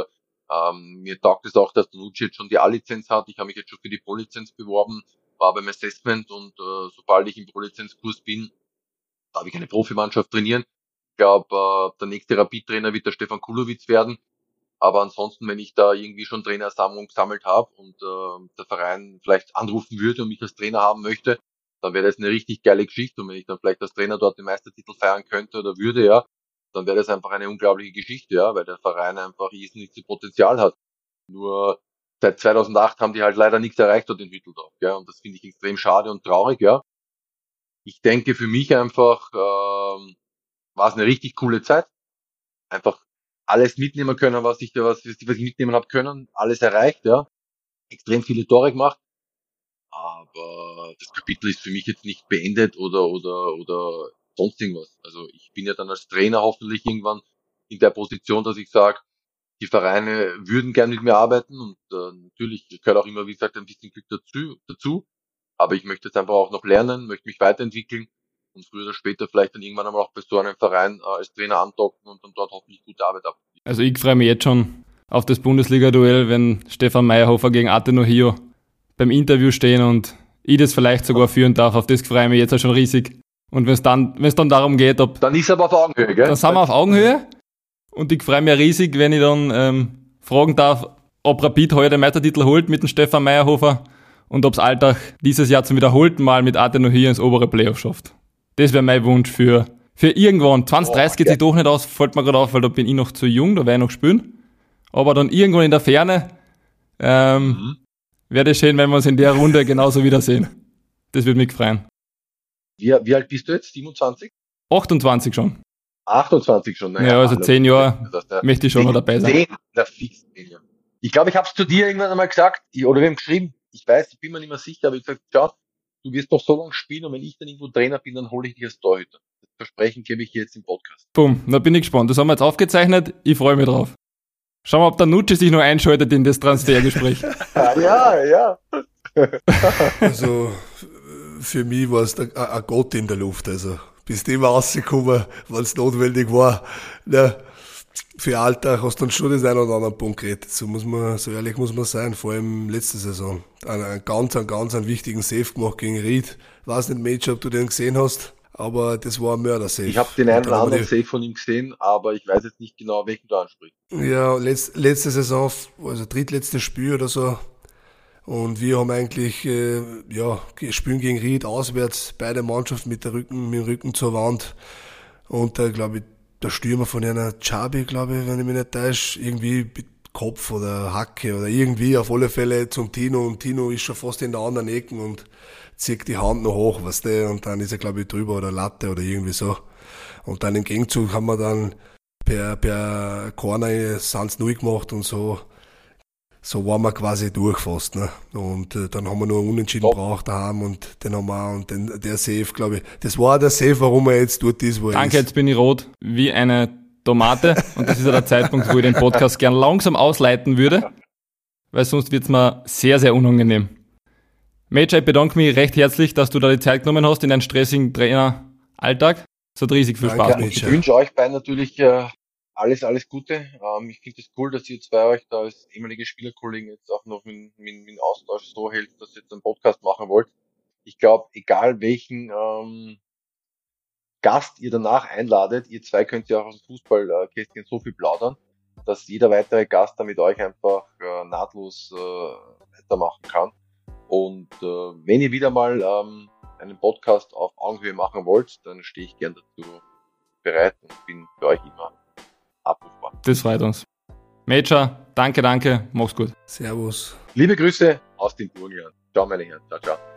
Ähm, mir taugt es auch, dass der Nucci jetzt schon die A-Lizenz hat. Ich habe mich jetzt schon für die Pro-Lizenz beworben, war beim Assessment und äh, sobald ich im Pro-Lizenz-Kurs bin, darf ich eine Profimannschaft trainieren. Ich glaube, äh, der nächste Rapid-Trainer wird der Stefan Kulowitz werden. Aber ansonsten, wenn ich da irgendwie schon Trainererfahrung gesammelt habe und äh, der Verein vielleicht anrufen würde und mich als Trainer haben möchte, dann wäre das eine richtig geile Geschichte. Und wenn ich dann vielleicht als Trainer dort den Meistertitel feiern könnte oder würde, ja, dann wäre das einfach eine unglaubliche Geschichte, ja, weil der Verein einfach riesiges Potenzial hat. Nur seit zweitausendacht haben die halt leider nichts erreicht dort in Hütteldorf, ja, und das finde ich extrem schade und traurig, ja. Ich denke für mich einfach, ähm, war es eine richtig coole Zeit. Einfach alles mitnehmen können, was ich, was, was ich mitnehmen habe können, alles erreicht, ja. Extrem viele Tore gemacht. Aber das Kapitel ist für mich jetzt nicht beendet oder, oder, oder sonst irgendwas. Also ich bin ja dann als Trainer hoffentlich irgendwann in der Position, dass ich sage, die Vereine würden gern mit mir arbeiten und äh, natürlich gehört auch immer, wie gesagt, ein bisschen Glück dazu, dazu. Aber ich möchte jetzt einfach auch noch lernen, möchte mich weiterentwickeln und früher oder später vielleicht dann irgendwann einmal auch bei so einem Verein äh, als Trainer andocken und dann dort hoffentlich gute Arbeit ab. Also ich freue mich jetzt schon auf das Bundesliga-Duell, wenn Stefan Meyerhofer gegen Ateneo Hio beim Interview stehen und ich das vielleicht sogar führen darf. Auf das freue ich mich jetzt auch schon riesig. Und wenn es dann, wenn es dann darum geht, ob... Dann ist aber auf Augenhöhe, gell? Dann sind wir auf Augenhöhe. Und ich freue mich riesig, wenn ich dann ähm, fragen darf, ob Rapid heuer den Meistertitel holt mit dem Stefan Meyerhofer und ob es Alltag dieses Jahr zum wiederholten Mal mit Ateneo Hio ins obere Playoff schafft. Das wäre mein Wunsch für, für irgendwann. zwanzig dreißig geht sich doch nicht aus, fällt mir gerade auf, weil da bin ich noch zu jung, da werde ich noch spielen. Aber dann irgendwann in der Ferne ähm, mhm. wäre das schön, wenn wir uns in der Runde genauso wiedersehen. Das würde mich freuen. Wie, wie alt bist du jetzt? siebenundzwanzig? achtundzwanzig schon. achtundzwanzig schon, naja. Ja, also zehn Jahre das heißt, möchte ich schon noch dabei sein. zehn, der fix zehn Jahre. Ich glaube, ich habe es zu dir irgendwann einmal gesagt, oder wir haben geschrieben, ich weiß, ich bin mir nicht mehr sicher, aber ich habe gesagt, schau, du wirst noch so lange spielen und wenn ich dann irgendwo Trainer bin, dann hole ich dich als Torhüter. Das Versprechen gebe ich jetzt im Podcast. Bumm, da bin ich gespannt. Das haben wir jetzt aufgezeichnet, ich freue mich drauf. Schauen wir, ob der Nucci sich noch einschaltet in das Transfergespräch. ja, ja. Also, für mich war es ein Gott in der Luft, also. Bis dem rausgekommen, wenn es notwendig war. Ja, für Alltag hast du dann schon das ein oder andere Punkt geredet. So muss man, so ehrlich muss man sein, vor allem letzte Saison. Einen, einen ganz, einen ganz einen wichtigen Save gemacht gegen Ried. Weiß nicht, Major, ob du den gesehen hast, aber das war ein Mörder-Save. Ich habe den einen oder anderen Save von ihm gesehen, aber ich weiß jetzt nicht genau, welchen du ansprichst. Ja, letzt, letzte Saison, also drittletztes Spiel oder so. Und wir haben eigentlich, äh, ja, spielen gegen Ried auswärts, beide Mannschaften mit der Rücken, mit dem Rücken zur Wand. Und da, äh, glaube ich, der Stürmer von einer Chabi, glaube ich, wenn ich mich nicht täusche, irgendwie mit Kopf oder Hacke oder irgendwie auf alle Fälle zum Tino. Und Tino ist schon fast in der anderen Ecke und zieht die Hand noch hoch, weißt du, und dann ist er, glaube ich, drüber oder Latte oder irgendwie so. Und dann im Gegenzug haben wir dann per, per Corner Sans Nui gemacht und so. So waren wir quasi durch fast, ne? Und äh, dann haben wir nur Unentschieden oh. braucht daheim und den haben wir auch, und den, der Save, glaube ich, das war der Save, warum er jetzt dort ist, wo er Danke, ist. Jetzt bin ich rot wie eine Tomate und das ist ja der Zeitpunkt, wo ich den Podcast gern langsam ausleiten würde, weil sonst wird's mir sehr, sehr unangenehm. Major, ich bedanke mich recht herzlich, dass du da die Zeit genommen hast in deinen stressigen Traineralltag. Es hat riesig viel Danke, Spaß gemacht. Ich wünsche euch beiden natürlich äh, alles, alles Gute. Ähm, ich finde es das cool, dass ihr zwei euch da als ehemalige Spielerkollegen jetzt auch noch mit, mit, mit Austausch so hält, dass ihr jetzt einen Podcast machen wollt. Ich glaube, egal welchen ähm, Gast ihr danach einladet, ihr zwei könnt ja auch aus dem Fußballkästchen so viel plaudern, dass jeder weitere Gast da mit euch einfach äh, nahtlos äh, weitermachen kann. Und äh, wenn ihr wieder mal ähm, einen Podcast auf Augenhöhe machen wollt, dann stehe ich gern dazu bereit und bin für euch immer abrufbar. Das freut uns. Major, danke, danke, mach's gut. Servus. Liebe Grüße aus dem Burgenland. Ciao, meine Herren. Ciao, ciao.